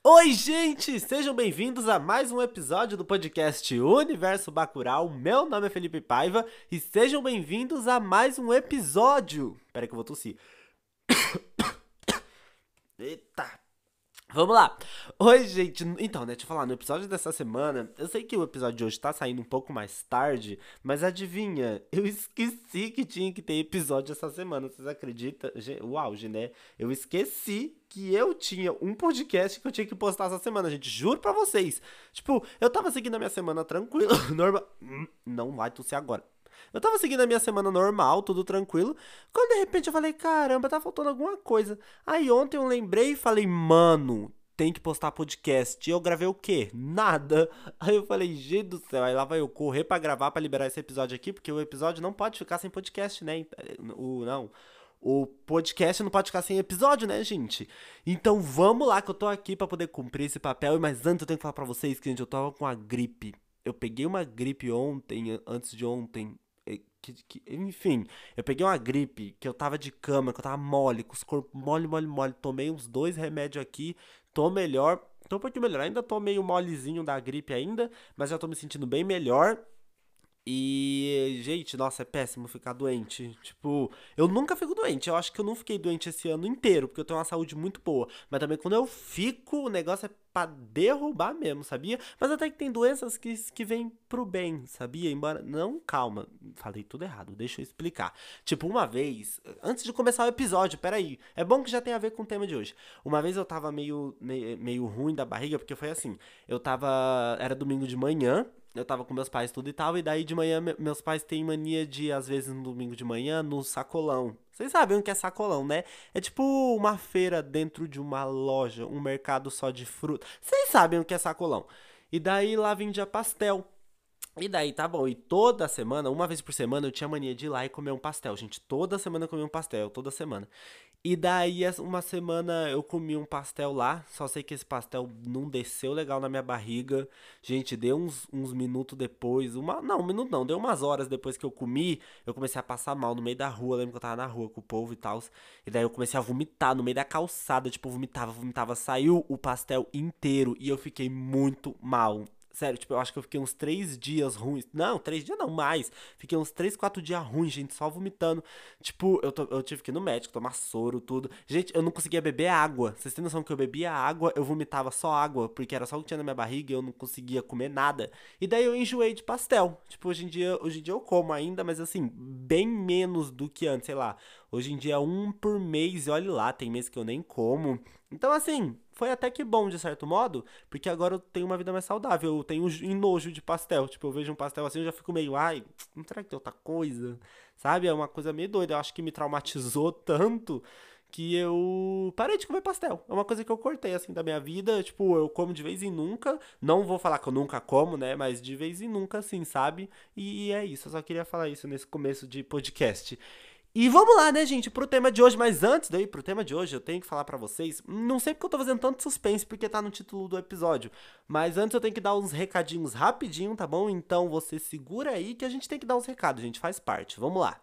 Oi, gente! Sejam bem-vindos a mais um episódio do podcast Universo Bacurau. Meu nome é Felipe Paiva e sejam bem-vindos a mais um episódio. Pera aí que eu vou tossir. Eita! Vamos lá! Oi, gente! Então, deixa eu falar, no episódio dessa semana, eu sei que o episódio de hoje tá saindo um pouco mais tarde, mas adivinha, eu esqueci que tinha que ter episódio essa semana, vocês acreditam? Uau, Giné, eu esqueci que eu tinha um podcast que eu tinha que postar essa semana, gente, juro pra vocês. Tipo, eu tava seguindo a minha semana tranquila, normal. Não vai tossir agora. Eu tava seguindo a minha semana normal, tudo tranquilo, quando de repente eu falei, caramba, tá faltando alguma coisa. Aí ontem eu lembrei e falei, mano, tem que postar podcast. E eu gravei o quê? Nada. Aí eu falei, gente do céu, aí lá vai eu correr pra gravar, pra liberar esse episódio aqui, porque o episódio não pode ficar sem podcast, né? Não. O podcast não pode ficar sem episódio, né, gente? Então vamos lá que eu tô aqui pra poder cumprir esse papel. Mas antes eu tenho que falar pra vocês que, gente, eu tava com a gripe. Eu peguei uma gripe ontem, antes de ontem. Enfim, eu peguei uma gripe que eu tava de cama, que eu tava mole, com os corpos mole, mole, mole. Tomei uns 2 remédios aqui, tô melhor. Tô um pouquinho melhor, ainda tô meio molezinho da gripe ainda, mas já tô me sentindo bem melhor. E, gente, nossa, é péssimo ficar doente. Tipo, eu nunca fico doente. Eu acho que eu não fiquei doente esse ano inteiro, porque eu tenho uma saúde muito boa. Mas também quando eu fico, o negócio é pra derrubar mesmo, sabia? Mas até que tem doenças que vêm pro bem, sabia? Embora. Não, calma, falei tudo errado, deixa eu explicar. Tipo, uma vez, antes de começar o episódio, peraí. É bom que já tem a ver com o tema de hoje. Uma vez eu tava meio ruim da barriga, porque foi assim. Eu tava. Era domingo de manhã. Eu tava com meus pais tudo e tal, e daí de manhã meus pais têm mania de, às vezes no domingo de manhã, no sacolão. Vocês sabem o que é sacolão, né? É tipo uma feira dentro de uma loja, um mercado só de fruta. Vocês sabem o que é sacolão. E daí lá vendia pastel. E daí, tá bom, e toda semana, uma vez por semana, eu tinha mania de ir lá e comer um pastel, gente. Toda semana eu comia um pastel, toda semana. E daí, uma semana eu comi um pastel lá, só sei que esse pastel não desceu legal na minha barriga. Gente, deu uns minutos depois, não, um minuto não, deu umas horas depois que eu comi, eu comecei a passar mal no meio da rua, lembro que eu tava na rua com o povo e tal. E daí eu comecei a vomitar no meio da calçada, tipo, vomitava, saiu o pastel inteiro e eu fiquei muito mal. Sério, tipo, eu acho que eu fiquei uns 3 dias ruins. Não, 3 dias não, mais. Fiquei uns 3, 4 dias ruins, gente, só vomitando. Tipo, eu tive que ir no médico, tomar soro, tudo. Gente, eu não conseguia beber água. Vocês têm noção que eu bebia água, eu vomitava só água, porque era só o que tinha na minha barriga e eu não conseguia comer nada. E daí eu enjoei de pastel. Tipo, hoje em dia eu como ainda, mas assim, bem menos do que antes, sei lá. Hoje em dia é um por mês e olha lá, tem mês que eu nem como. Então, assim, foi até que bom de certo modo, porque agora eu tenho uma vida mais saudável. Eu tenho nojo de pastel. Tipo, eu vejo um pastel assim, eu já fico meio, ai, não será que tem outra coisa? Sabe? É uma coisa meio doida. Eu acho que me traumatizou tanto que eu parei de comer pastel. É uma coisa que eu cortei, assim, da minha vida. Tipo, eu como de vez em nunca. Não vou falar que eu nunca como, né? Mas de vez em nunca, assim, sabe? E é isso. Eu só queria falar isso nesse começo de podcast. E vamos lá, né, gente, pro tema de hoje. Mas antes de eu ir pro tema de hoje, eu tenho que falar pra vocês. Não sei porque eu tô fazendo tanto suspense, porque tá no título do episódio. Mas antes eu tenho que dar uns recadinhos rapidinho, tá bom? Então você segura aí que a gente tem que dar uns recados, gente. Faz parte. Vamos lá.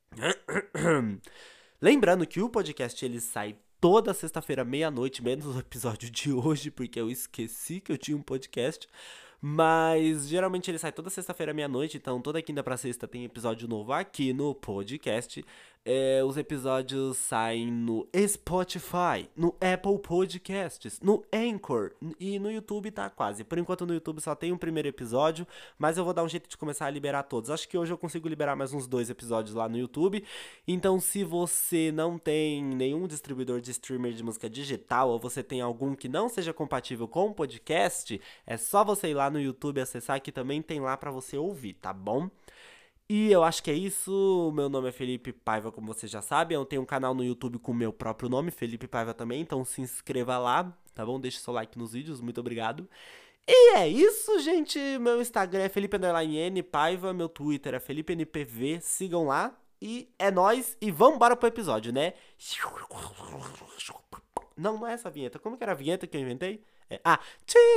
Lembrando que o podcast ele sai toda sexta-feira, meia-noite, menos o episódio de hoje, porque eu esqueci que eu tinha um podcast. Mas geralmente ele sai toda sexta-feira, meia-noite, então toda quinta pra sexta tem episódio novo aqui no podcast. Os episódios saem no Spotify, no Apple Podcasts, no Anchor e no YouTube tá quase. Por enquanto no YouTube só tem um primeiro episódio, mas eu vou dar um jeito de começar a liberar todos. Acho que hoje eu consigo liberar mais uns 2 episódios lá no YouTube. Então se você não tem nenhum distribuidor de streamer de música digital ou você tem algum que não seja compatível com o podcast, é só você ir lá no YouTube acessar que também tem lá pra você ouvir, tá bom? E eu acho que é isso. Meu nome é Felipe Paiva, como você já sabe. Eu tenho um canal no YouTube com o meu próprio nome, Felipe Paiva também. Então se inscreva lá, tá bom? Deixe seu like nos vídeos, muito obrigado. E é isso, gente. Meu Instagram é Felipe_N Paiva. Meu Twitter é FelipeNPV. Sigam lá. E é nóis. E vamos embora pro episódio, né? Não é essa a vinheta. Como que era a vinheta que eu inventei?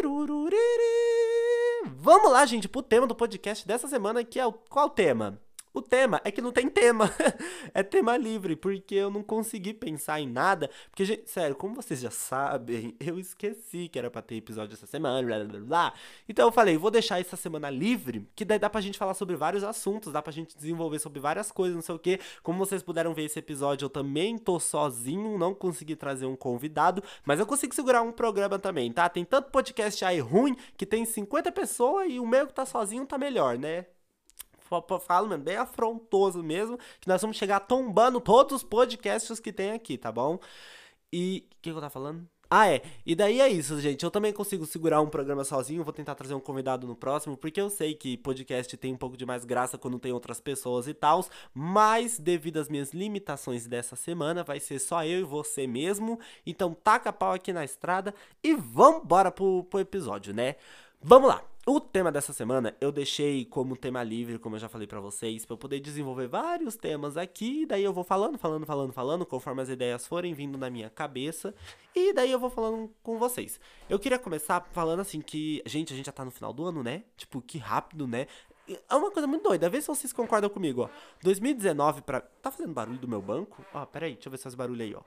Tirururiri. Vamos lá, gente, pro tema do podcast dessa semana, que é qual o tema? O tema é que não tem tema. É tema livre, porque eu não consegui pensar em nada. Porque, gente, sério, como vocês já sabem, eu esqueci que era pra ter episódio essa semana, blá blá blá. Então eu falei, vou deixar essa semana livre, que daí dá pra gente falar sobre vários assuntos, dá pra gente desenvolver sobre várias coisas, não sei o quê. Como vocês puderam ver esse episódio, eu também tô sozinho, não consegui trazer um convidado, mas eu consigo segurar um programa também, tá? Tem tanto podcast aí ruim que tem 50 pessoas e o meu que tá sozinho tá melhor, né? Falo mesmo, bem afrontoso mesmo, que nós vamos chegar tombando todos os podcasts que tem aqui, tá bom? E o que eu tava falando? Ah, é. E daí é isso, gente. Eu também consigo segurar um programa sozinho. Vou tentar trazer um convidado no próximo, porque eu sei que podcast tem um pouco de mais graça quando tem outras pessoas e tal. Mas, devido às minhas limitações dessa semana, vai ser só eu e você mesmo. Então, taca pau aqui na estrada e vambora pro episódio, né? Vamos lá. O tema dessa semana eu deixei como tema livre, como eu já falei pra vocês, pra eu poder desenvolver vários temas aqui, daí eu vou falando, conforme as ideias forem vindo na minha cabeça, e daí eu vou falando com vocês. Eu queria começar falando assim que, gente, a gente já tá no final do ano, né? Tipo, que rápido, né? É uma coisa muito doida, vê se vocês concordam comigo, ó. 2019 pra... Tá fazendo barulho do meu banco? Ó, peraí, deixa eu ver se faz barulho aí, ó.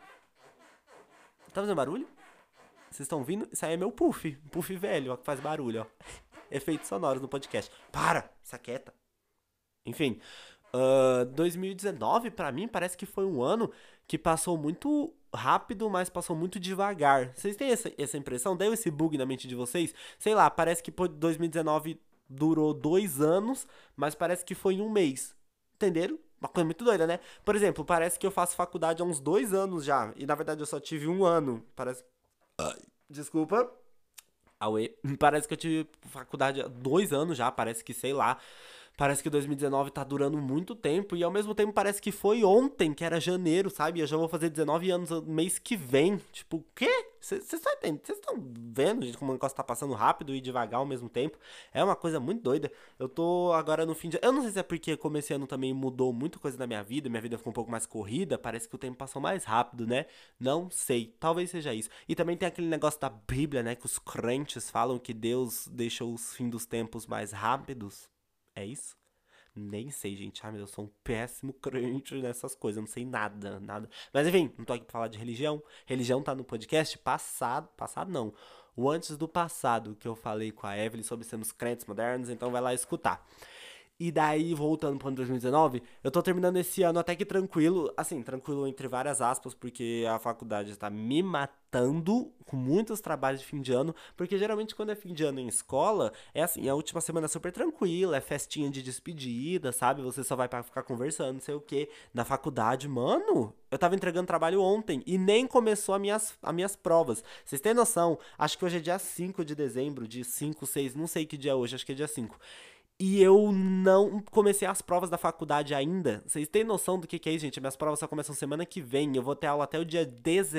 Tá fazendo barulho? Vocês estão ouvindo? Isso aí é meu puff. Puff velho, ó, que faz barulho, ó. Efeitos sonoros no podcast. Para! Saqueta. Enfim. 2019, pra mim, parece que foi um ano que passou muito rápido, mas passou muito devagar. Vocês têm essa impressão? Deu esse bug na mente de vocês? Sei lá, parece que 2019 durou 2 anos, mas parece que foi em um mês. Entenderam? Uma coisa muito doida, né? Por exemplo, parece que eu faço faculdade há uns 2 anos já. E na verdade eu só tive um ano. Parece. Desculpa. Aue. Parece que eu tive faculdade há 2 anos já, parece que, sei lá. Parece que 2019 tá durando muito tempo e ao mesmo tempo parece que foi ontem, que era janeiro, sabe? Eu já vou fazer 19 anos no mês que vem. Tipo, o quê? Vocês estão vendo, gente, como o negócio tá passando rápido e devagar ao mesmo tempo? É uma coisa muito doida. Eu tô agora no fim de... Eu não sei se é porque como esse ano também mudou muita coisa na minha vida ficou um pouco mais corrida, parece que o tempo passou mais rápido, né? Não sei, talvez seja isso. E também tem aquele negócio da Bíblia, né? Que os crentes falam que Deus deixou os fins dos tempos mais rápidos. É isso? Nem sei, gente. Ai, meu Deus, eu sou um péssimo crente nessas coisas. Eu não sei nada, nada. Mas enfim, não tô aqui pra falar de religião. Religião tá no podcast passado. Passado não. O antes do passado que eu falei com a Evelyn sobre sermos crentes modernos. Então vai lá escutar. E daí, voltando pro ano 2019, eu tô terminando esse ano até que tranquilo, assim, tranquilo entre várias aspas, porque a faculdade tá me matando com muitos trabalhos de fim de ano, porque geralmente quando é fim de ano em escola, é assim, a última semana é super tranquila, é festinha de despedida, sabe? Você só vai pra ficar conversando, não sei o quê. Na faculdade, mano, eu tava entregando trabalho ontem e nem começou as minhas provas. Vocês têm noção? Acho que hoje é dia 5 de dezembro, de 5, 6, não sei que dia é hoje, acho que é dia 5. E eu não comecei as provas da faculdade ainda. Vocês têm noção do que é isso, gente? Minhas provas só começam semana que vem. Eu vou ter aula até o dia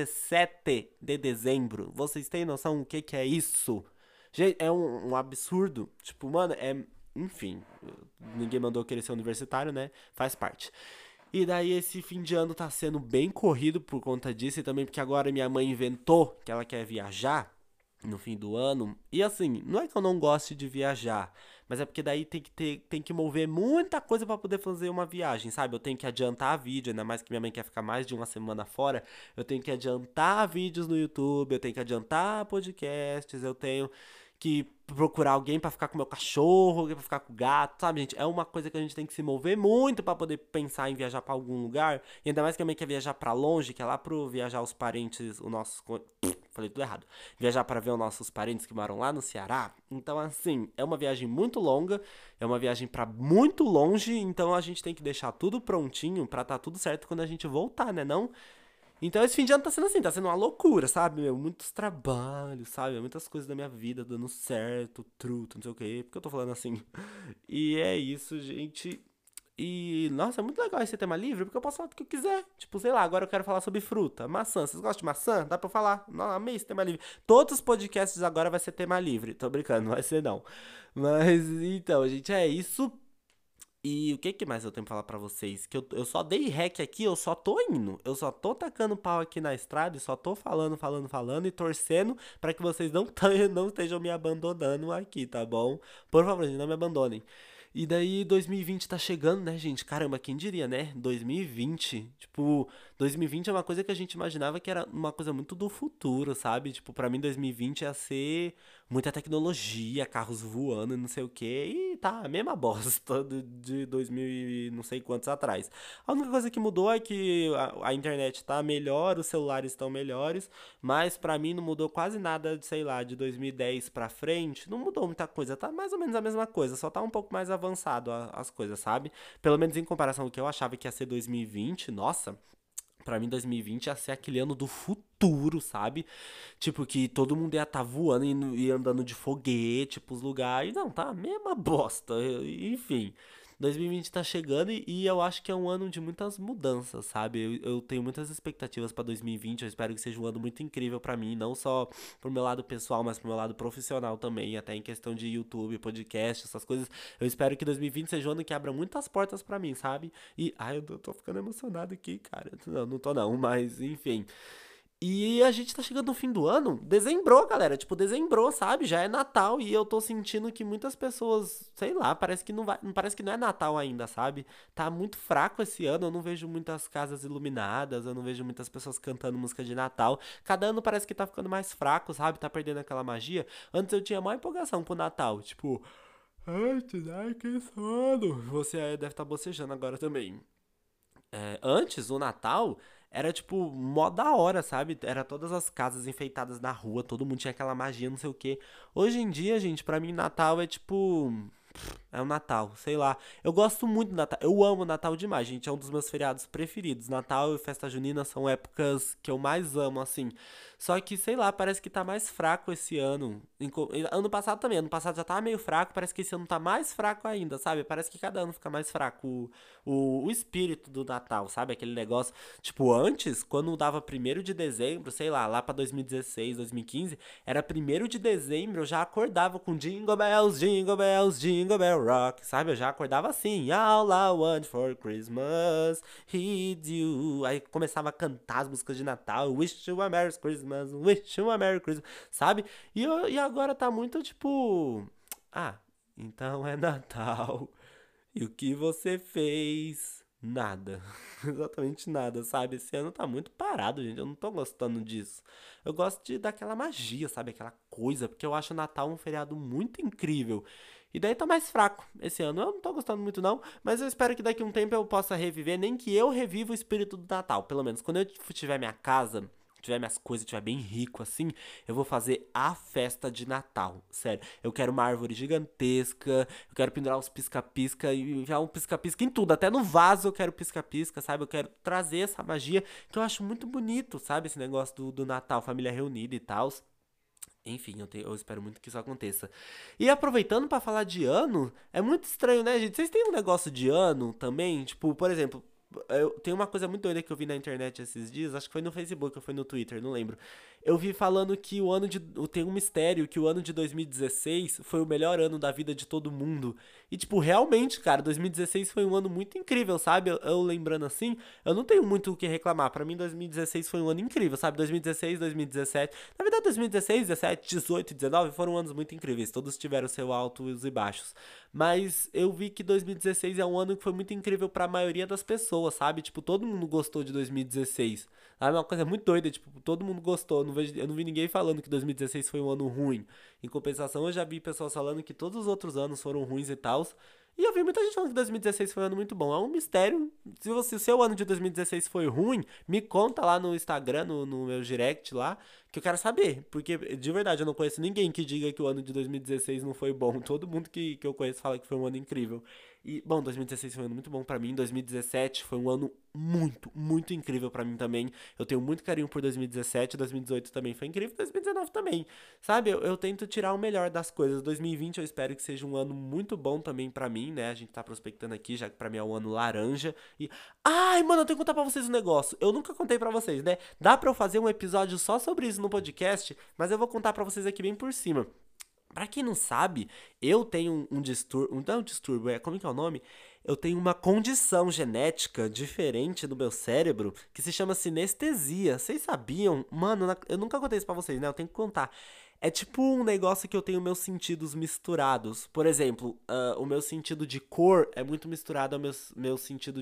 17 de dezembro. Vocês têm noção do que é isso? Gente, é um absurdo. Tipo, mano, é. Enfim, ninguém mandou querer ser universitário, né? Faz parte. E daí esse fim de ano tá sendo bem corrido por conta disso. E também porque agora minha mãe inventou que ela quer viajar no fim do ano. E assim, não é que eu não goste de viajar, mas é porque daí tem que mover muita coisa pra poder fazer uma viagem, sabe? Eu tenho que adiantar vídeo, ainda mais que minha mãe quer ficar mais de uma semana fora. Eu tenho que adiantar vídeos no YouTube, eu tenho que adiantar podcasts, eu tenho que procurar alguém pra ficar com o meu cachorro, alguém pra ficar com o gato, sabe, gente? É uma coisa que a gente tem que se mover muito pra poder pensar em viajar pra algum lugar. E ainda mais que a mãe quer viajar pra longe, que é lá pro viajar os parentes, os nossos... Falei tudo errado. Viajar para ver os nossos parentes que moram lá no Ceará. Então, assim, é uma viagem muito longa, é uma viagem para muito longe, então a gente tem que deixar tudo prontinho pra tá tudo certo quando a gente voltar, né, não? Então esse fim de ano tá sendo assim, tá sendo uma loucura, sabe, meu? Muitos trabalhos, sabe? Muitas coisas da minha vida dando certo, truto, não sei o quê. Por que eu tô falando assim? E é isso, gente. E, nossa, é muito legal esse tema livre, porque eu posso falar do que eu quiser. Tipo, sei lá, agora eu quero falar sobre fruta, maçã. Vocês gostam de maçã? Dá pra eu falar. Não, amei esse tema livre. Todos os podcasts agora vai ser tema livre. Tô brincando, não vai ser não. Mas, então, gente, é isso. E o que mais eu tenho pra falar pra vocês? Que eu só dei rec aqui, eu só tô indo. Eu só tô tacando pau aqui na estrada e só tô falando e torcendo pra que vocês não estejam me abandonando aqui, tá bom? Por favor, gente, não me abandonem. E daí 2020 tá chegando, né, gente? Caramba, quem diria, né? 2020. Tipo, 2020 é uma coisa que a gente imaginava que era uma coisa muito do futuro, sabe? Tipo, pra mim 2020 ia ser muita tecnologia, carros voando e não sei o quê. E tá, a mesma bosta de 2000 e não sei quantos atrás. A única coisa que mudou é que a internet tá melhor, os celulares estão melhores, mas pra mim não mudou quase nada, sei lá, de 2010 pra frente. Não mudou muita coisa, tá mais ou menos a mesma coisa, só tá um pouco mais avançado as coisas, sabe? Pelo menos em comparação ao que eu achava que ia ser 2020, nossa. Pra mim, 2020 ia ser aquele ano do futuro, sabe? Tipo, que todo mundo ia estar voando e andando de foguete pros lugares. Não, tá a mesma bosta. Enfim, 2020 tá chegando e eu acho que é um ano de muitas mudanças, sabe? Eu tenho muitas expectativas pra 2020. Eu espero que seja um ano muito incrível pra mim, não só pro meu lado pessoal, mas pro meu lado profissional também, até em questão de YouTube, podcast, essas coisas. Eu espero que 2020 seja um ano que abra muitas portas pra mim, sabe? E, ai, eu tô ficando emocionado aqui, cara. Não, não tô não, mas enfim. E a gente tá chegando no fim do ano, dezembrou, galera, tipo, dezembrou, sabe? Já é Natal e eu tô sentindo que muitas pessoas, sei lá, parece que não vai, parece que não é Natal ainda, sabe? Tá muito fraco esse ano, eu não vejo muitas casas iluminadas, eu não vejo muitas pessoas cantando música de Natal. Cada ano parece que tá ficando mais fraco, sabe? Tá perdendo aquela magia. Antes eu tinha maior empolgação com o Natal, tipo, ai, que sono. Você deve estar bocejando agora também. Antes, o Natal era tipo mó da hora, sabe? Era todas as casas enfeitadas na rua, todo mundo tinha aquela magia, não sei o quê. Hoje em dia, gente, pra mim Natal é tipo. É o Natal, sei lá. Eu gosto muito do Natal. Eu amo o Natal demais, gente. É um dos meus feriados preferidos. Natal e festa junina são épocas que eu mais amo, assim. Só que, sei lá, parece que tá mais fraco esse ano. Ano passado também. Ano passado já tava meio fraco. Parece que esse ano tá mais fraco ainda, sabe? Parece que cada ano fica mais fraco o espírito do Natal, sabe? Aquele negócio. Tipo, antes, quando dava 1º de dezembro, sei lá pra 2016, 2015, era 1º de dezembro, eu já acordava com Jingle Bells, Jingle Bells, Jingle Bell Rock, sabe? Eu já acordava assim, All I want for Christmas is you. Aí começava a cantar as músicas de Natal, Wish you a Merry Christmas, Wish you a Merry Christmas, sabe? E agora tá muito tipo, ah, então é Natal. E o que você fez? Nada. Exatamente nada, sabe? Esse ano tá muito parado, gente. Eu não tô gostando disso. Eu gosto daquela magia, sabe? Aquela coisa, porque eu acho o Natal um feriado muito incrível. E daí tá mais fraco esse ano. Eu não tô gostando muito, não. Mas eu espero que daqui a um tempo eu possa reviver, nem que eu reviva o espírito do Natal. Pelo menos quando eu tiver minha casa, tiver minhas coisas, tiver bem rico assim, eu vou fazer a festa de Natal. Sério, eu quero uma árvore gigantesca, eu quero pendurar uns pisca-pisca e enviar um pisca-pisca em tudo, até no vaso eu quero pisca-pisca, sabe? Eu quero trazer essa magia que eu acho muito bonito, sabe? Esse negócio do Natal, família reunida e tal. Enfim, eu espero muito que isso aconteça. E aproveitando pra falar de ano, é muito estranho, né, gente? Vocês têm um negócio de ano também? Tipo, por exemplo, tem uma coisa muito doida que eu vi na internet esses dias, acho que foi no Facebook ou foi no Twitter, não lembro. Eu vi falando que o ano de. Tem um mistério que o ano de 2016 foi o melhor ano da vida de todo mundo. E, tipo, realmente, cara, 2016 foi um ano muito incrível, sabe? Eu lembrando assim, eu não tenho muito o que reclamar. Pra mim, 2016 foi um ano incrível, sabe? 2016, 2017. Na verdade, 2016, 17, 18 e 19 foram anos muito incríveis. Todos tiveram seu altos e baixos. Mas eu vi que 2016 é um ano que foi muito incrível pra maioria das pessoas, sabe? Tipo, todo mundo gostou de 2016. É uma coisa muito doida, tipo, todo mundo gostou. Eu não vi ninguém falando que 2016 foi um ano ruim. Em compensação, eu já vi pessoas falando que todos os outros anos foram ruins e tal. E eu vi muita gente falando que 2016 foi um ano muito bom. É um mistério. Se o seu ano de 2016 foi ruim, me conta lá no Instagram, no meu direct lá, que eu quero saber. Porque, de verdade, eu não conheço ninguém que diga que o ano de 2016 não foi bom. Todo mundo que eu conheço fala que foi um ano incrível. E, bom, 2016 foi um ano muito bom pra mim. 2017 foi um ano muito, muito incrível pra mim também. Eu tenho muito carinho por 2017. 2018 também foi incrível. 2019 também. Sabe, eu tento tirar o melhor das coisas. 2020 eu espero que seja um ano muito bom também pra mim, né? A gente tá prospectando aqui, já que pra mim é um ano laranja. E. Ai, mano, eu tenho que contar pra vocês um negócio. Eu nunca contei pra vocês, né? Dá pra eu fazer um episódio só sobre isso no podcast, mas eu vou contar pra vocês aqui bem por cima. Pra quem não sabe, eu tenho um distúrbio. Não é um distúrbio, como que é o nome? Eu tenho uma condição genética diferente no meu cérebro que se chama sinestesia. Vocês sabiam? Mano, eu nunca contei isso pra vocês, né? Eu tenho que contar. É tipo um negócio que eu tenho meus sentidos misturados. Por exemplo, o meu sentido de cor é muito misturado ao meu sentido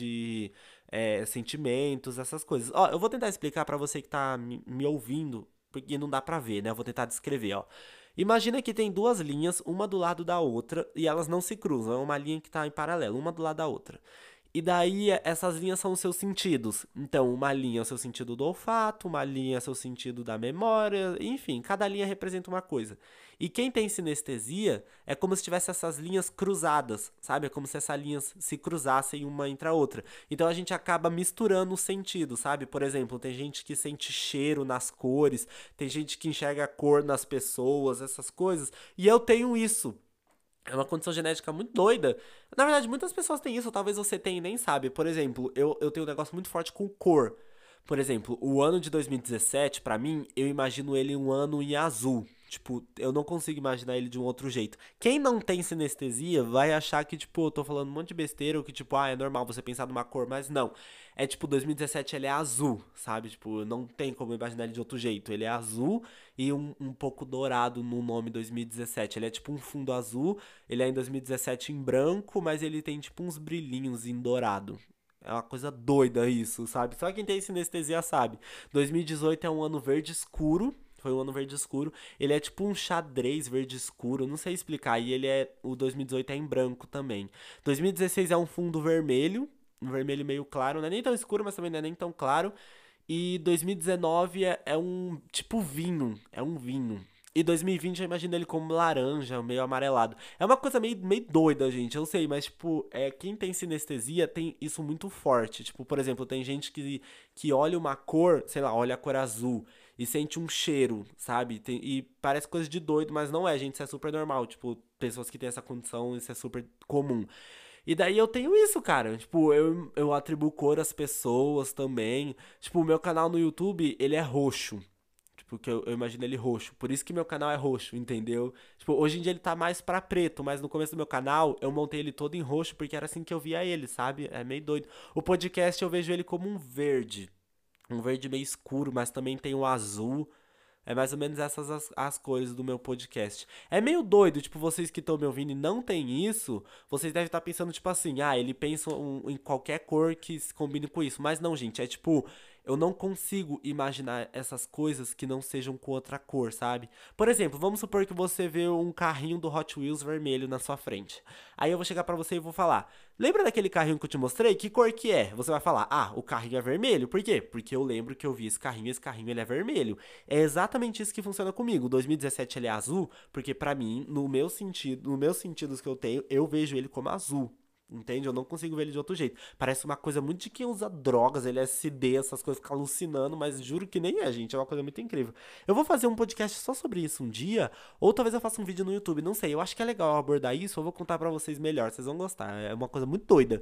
de sentimentos, essas coisas. Ó, eu vou tentar explicar pra você que tá me ouvindo, porque não dá pra ver, né? Eu vou tentar descrever, ó. Imagina que tem duas linhas, uma do lado da outra, e elas não se cruzam. É uma linha que tá em paralelo, uma do lado da outra. E daí, essas linhas são os seus sentidos. Então, uma linha é o seu sentido do olfato, uma linha é o seu sentido da memória, enfim, cada linha representa uma coisa. E quem tem sinestesia é como se tivesse essas linhas cruzadas, sabe? É como se essas linhas se cruzassem uma entre a outra. Então a gente acaba misturando os sentidos, sabe? Por exemplo, tem gente que sente cheiro nas cores, tem gente que enxerga a cor nas pessoas, essas coisas. E eu tenho isso. É uma condição genética muito doida. Na verdade, muitas pessoas têm isso, talvez você tenha e nem sabe. Por exemplo, eu tenho um negócio muito forte com cor. Por exemplo, o ano de 2017, pra mim, eu imagino ele um ano em azul. Tipo, eu não consigo imaginar ele de um outro jeito. Quem não tem sinestesia vai achar que, tipo, eu tô falando um monte de besteira, ou que, tipo, é normal você pensar numa cor, mas não. É tipo, 2017 ele é azul, sabe? Tipo, não tem como imaginar ele de outro jeito. Ele é azul e um pouco dourado no nome 2017. Ele é tipo um fundo azul, ele é em 2017 em branco, mas ele tem tipo uns brilhinhos em dourado. É uma coisa doida isso, sabe? Só quem tem sinestesia sabe. 2018 é um ano verde escuro. Foi um ano verde escuro. Ele é tipo um xadrez verde escuro. Não sei explicar. E ele é. O 2018 é em branco também. 2016 é um fundo vermelho. Um vermelho meio claro. Não é nem tão escuro, mas também não é nem tão claro. E 2019 é um tipo vinho. É um vinho. E 2020 eu imagino ele como laranja, meio amarelado. É uma coisa meio doida, gente. Eu sei, mas, tipo, quem tem sinestesia tem isso muito forte. Tipo, por exemplo, tem gente que olha uma cor, sei lá, olha a cor azul e sente um cheiro, sabe? E parece coisa de doido, mas não é, gente. Isso é super normal. Tipo, pessoas que têm essa condição, isso é super comum. E daí eu tenho isso, cara. Tipo, eu atribuo cor às pessoas também. Tipo, o meu canal no YouTube, ele é roxo. Tipo, que eu imagino ele roxo. Por isso que meu canal é roxo, entendeu? Tipo, hoje em dia ele tá mais pra preto, mas no começo do meu canal eu montei ele todo em roxo porque era assim que eu via ele, sabe? É meio doido. O podcast eu vejo ele como um verde. Um verde meio escuro, mas também tem o azul. É mais ou menos essas as cores do meu podcast. É meio doido, tipo, vocês que estão me ouvindo e não tem isso, vocês devem estar pensando, tipo assim, ele pensa em qualquer cor que se combine com isso. Mas não, gente, é tipo, eu não consigo imaginar essas coisas que não sejam com outra cor, sabe? Por exemplo, vamos supor que você vê um carrinho do Hot Wheels vermelho na sua frente. Aí eu vou chegar pra você e vou falar: lembra daquele carrinho que eu te mostrei? Que cor que é? Você vai falar: o carrinho é vermelho. Por quê? Porque eu lembro que eu vi esse carrinho ele é vermelho. É exatamente isso que funciona comigo. O 2017 ele é azul, porque pra mim, no meu sentido, nos meus sentidos que eu tenho, eu vejo ele como azul. Entende? Eu não consigo ver ele de outro jeito. Parece uma coisa muito de quem usa drogas, LSD, essas coisas, fica alucinando, mas juro que nem é, gente. É uma coisa muito incrível. Eu vou fazer um podcast só sobre isso um dia, ou talvez eu faça um vídeo no YouTube, não sei. Eu acho que é legal abordar isso, eu vou contar pra vocês melhor, vocês vão gostar. É uma coisa muito doida.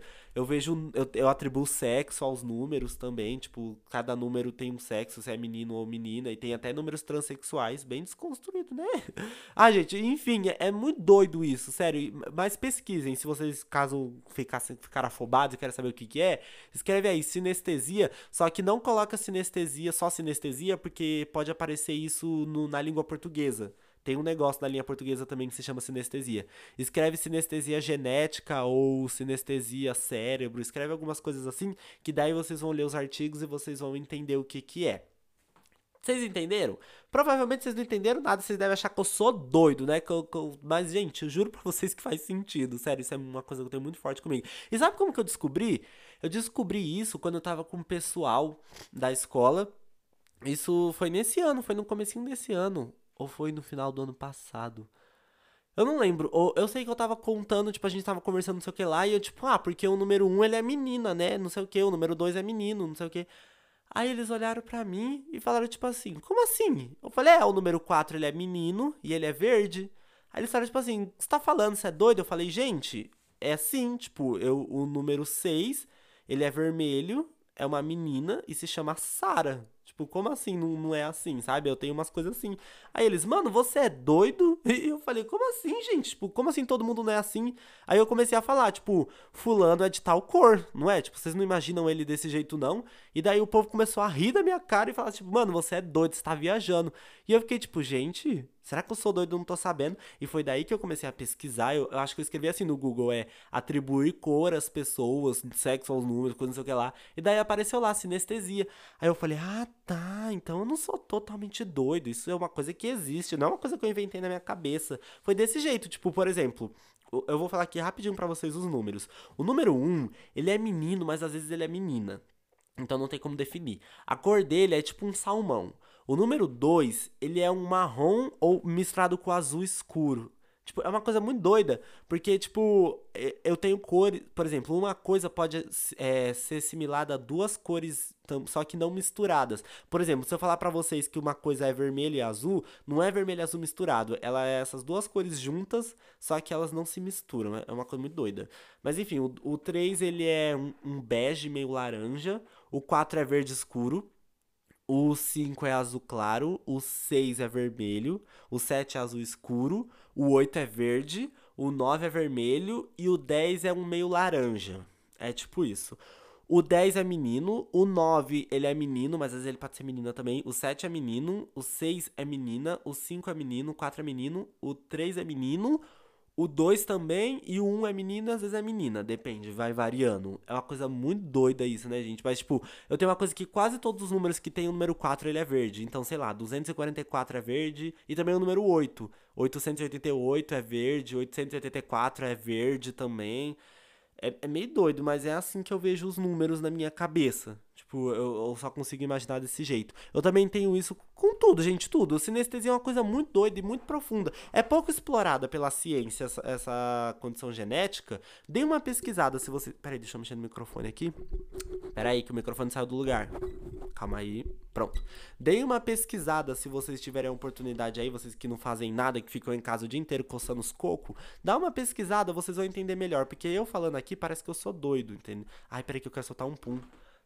Eu atribuo sexo aos números também, tipo, cada número tem um sexo, se é menino ou menina, e tem até números transexuais, bem desconstruído, né? Gente, enfim, é muito doido isso, sério. Mas pesquisem, se vocês, caso ficar afobados e querem saber o que é, escreve aí, sinestesia, só que não coloca sinestesia, só sinestesia, porque pode aparecer isso na língua portuguesa. Tem um negócio na língua portuguesa também que se chama sinestesia. Escreve sinestesia genética ou sinestesia cérebro, escreve algumas coisas assim, que daí vocês vão ler os artigos e vocês vão entender o que é. Vocês entenderam? Provavelmente vocês não entenderam nada, vocês devem achar que eu sou doido, né? Mas, gente, eu juro pra vocês que faz sentido. Sério, isso é uma coisa que eu tenho muito forte comigo. E sabe como que eu descobri? Eu descobri isso quando eu tava com o pessoal da escola. Isso foi nesse ano, foi no comecinho desse ano. Ou foi no final do ano passado. Eu não lembro. Eu sei que eu tava contando, tipo, a gente tava conversando não sei o que lá. E eu, tipo, porque o número 1 ele é menina, né? Não sei o que. O número 2 é menino, não sei o que. Aí eles olharam pra mim e falaram, tipo assim, como assim? Eu falei, o número 4 ele é menino e ele é verde. Aí eles falaram, tipo assim, o que você tá falando? Você é doido? Eu falei, gente, é assim, tipo, o número 6 ele é vermelho, é uma menina e se chama Sara. Tipo, como assim não é assim, sabe? Eu tenho umas coisas assim. Aí eles, mano, você é doido? E eu falei, como assim, gente? Tipo, como assim todo mundo não é assim? Aí eu comecei a falar, tipo, fulano é de tal cor, não é? Tipo, vocês não imaginam ele desse jeito, não? E daí o povo começou a rir da minha cara e falar, tipo, mano, você é doido, você tá viajando. E eu fiquei, tipo, gente, será que eu sou doido e não tô sabendo? E foi daí que eu comecei a pesquisar. Eu acho que eu escrevi assim no Google, atribuir cor às pessoas, sexo aos números, coisa não sei o que lá. E daí apareceu lá, sinestesia. Aí eu falei, ah, tá, então eu não sou totalmente doido. Isso é uma coisa que existe, não é uma coisa que eu inventei na minha cabeça. Foi desse jeito, tipo, por exemplo, eu vou falar aqui rapidinho pra vocês os números. O número um ele é menino, mas às vezes ele é menina. Então não tem como definir. A cor dele é tipo um salmão. O número 2 ele é um marrom ou misturado com azul escuro. Tipo, é uma coisa muito doida, porque, tipo, eu tenho cores, por exemplo, uma coisa pode ser similar a duas cores, só que não misturadas. Por exemplo, se eu falar pra vocês que uma coisa é vermelho e azul, não é vermelho e azul misturado, ela é essas duas cores juntas, só que elas não se misturam, é uma coisa muito doida. Mas enfim, o 3 ele é um bege meio laranja, o 4 é verde escuro, o 5 é azul claro, o 6 é vermelho, o 7 é azul escuro, o 8 é verde, o 9 é vermelho e o 10 é um meio laranja. É tipo isso. O 10 é menino, o 9 ele é menino, mas às vezes ele pode ser menina também. O 7 é menino, o 6 é menina, o 5 é menino, o 4 é menino, o 3 é menino, o 2 também e o 1 é menina, às vezes é menina, depende, vai variando. É uma coisa muito doida isso, né, gente? Mas, tipo, eu tenho uma coisa que quase todos os números que tem o número 4 ele é verde. Então, sei lá, 244 é verde e também o número 8. 888 é verde, 884 é verde também. É meio doido, mas é assim que eu vejo os números na minha cabeça. Tipo, eu só consigo imaginar desse jeito. Eu também tenho isso com tudo, gente, tudo. Sinestesia é uma coisa muito doida e muito profunda. É pouco explorada pela ciência essa condição genética. Dê uma pesquisada se você. Peraí, deixa eu mexer no microfone aqui. Peraí, que o microfone saiu do lugar. Calma aí. Pronto. Deem uma pesquisada se vocês tiverem a oportunidade aí, vocês que não fazem nada, que ficam em casa o dia inteiro coçando os cocos. Dá uma pesquisada, vocês vão entender melhor. Porque eu falando aqui parece que eu sou doido, entende? Ai, peraí que eu quero soltar um pum.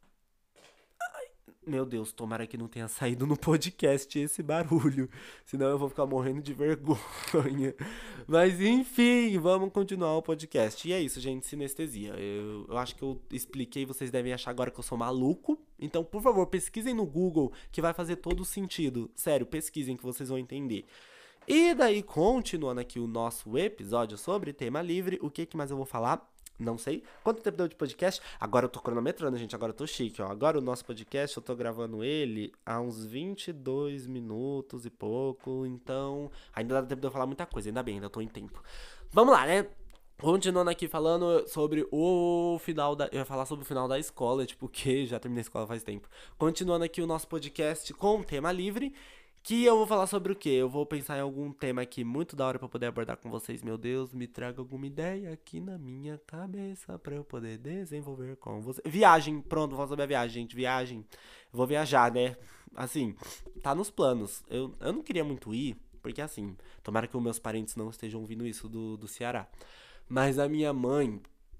Meu Deus, tomara que não tenha saído no podcast esse barulho. Senão eu vou ficar morrendo de vergonha. Mas enfim, vamos continuar o podcast. E é isso, gente, sinestesia. Eu acho que eu expliquei, vocês devem achar agora que eu sou maluco. Então, por favor, pesquisem no Google, que vai fazer todo sentido. Sério, pesquisem que vocês vão entender. E daí, continuando aqui o nosso episódio sobre tema livre, o que mais eu vou falar? Não sei. Quanto tempo deu de podcast? Agora eu tô cronometrando, gente. Agora eu tô chique, ó. Agora o nosso podcast, eu tô gravando ele há uns 22 minutos e pouco. Então, ainda dá tempo de eu falar muita coisa. Ainda bem, ainda tô em tempo. Vamos lá, né? Continuando aqui falando sobre o final da. Eu ia falar sobre o final da escola, tipo, que já terminei a escola faz tempo. Continuando aqui o nosso podcast com tema livre. Que eu vou falar sobre o quê? Eu vou pensar em algum tema aqui muito da hora pra poder abordar com vocês. Meu Deus, me traga alguma ideia aqui na minha cabeça pra eu poder desenvolver com você. Viagem, pronto, vou falar sobre a viagem, gente. Viagem. Eu vou viajar, né? Assim, tá nos planos. Eu não queria muito ir, porque assim, tomara que os meus parentes não estejam ouvindo isso do Ceará. Mas a minha mãe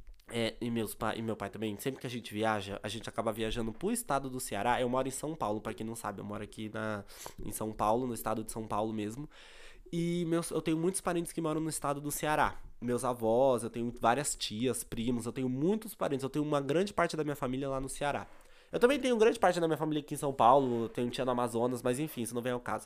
e meu pai também, sempre que a gente viaja, a gente acaba viajando pro estado do Ceará. Eu moro em São Paulo, pra quem não sabe, eu moro aqui em São Paulo, no estado de São Paulo mesmo. E eu tenho muitos parentes que moram no estado do Ceará. Meus avós, eu tenho várias tias, primos, eu tenho muitos parentes, eu tenho uma grande parte da minha família lá no Ceará. Eu também tenho grande parte da minha família aqui em São Paulo, tenho tia no Amazonas, mas enfim, isso não vem ao caso.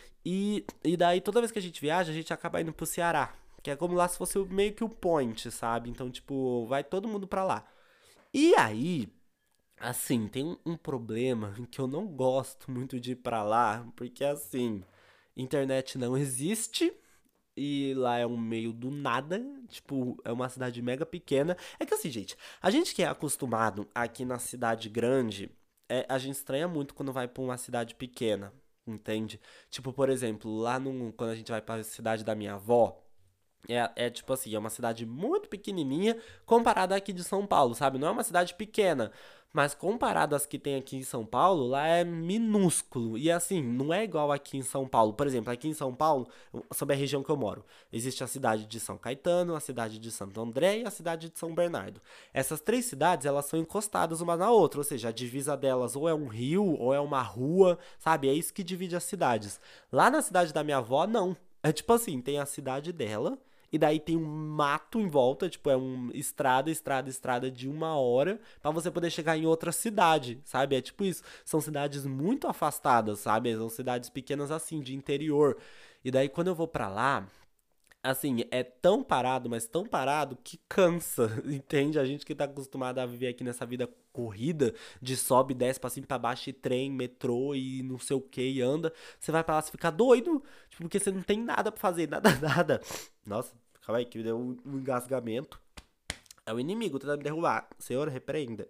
E daí, toda vez que a gente viaja, a gente acaba indo pro Ceará. Que é como lá se fosse meio que o point, sabe? Então, tipo, vai todo mundo pra lá. E aí, assim, tem um problema que eu não gosto muito de ir pra lá, porque assim, internet não existe. E lá é um meio do nada, tipo, é uma cidade mega pequena. É que assim, gente, a gente que é acostumado aqui na cidade grande, a gente estranha muito quando vai pra uma cidade pequena, entende? Tipo, por exemplo, quando a gente vai pra cidade da minha avó, É tipo assim, é uma cidade muito pequenininha comparada aqui de São Paulo, sabe? Não é uma cidade pequena, mas comparado às que tem aqui em São Paulo, lá é minúsculo. E assim, não é igual aqui em São Paulo. Por exemplo, aqui em São Paulo, sobre a região que eu moro, existe a cidade de São Caetano, a cidade de Santo André e a cidade de São Bernardo. Essas três cidades, elas são encostadas uma na outra, ou seja, a divisa delas ou é um rio ou é uma rua, sabe? É isso que divide as cidades. Lá na cidade da minha avó, não. É tipo assim, tem a cidade dela, e daí tem um mato em volta, tipo, é um estrada de 1 hora pra você poder chegar em outra cidade, sabe? É tipo isso. São cidades muito afastadas, sabe? São cidades pequenas assim, de interior. E daí quando eu vou pra lá, assim, é tão parado, mas tão parado que cansa, entende? A gente que tá acostumado a viver aqui nessa vida corrida, de sobe, desce pra cima e pra baixo, e trem, metrô e não sei o que, e anda, você vai pra lá, você fica doido, tipo, porque você não tem nada pra fazer, nada, nada. Nossa, calma aí, que me deu um engasgamento. É o inimigo tentando me derrubar. Senhor, repreenda.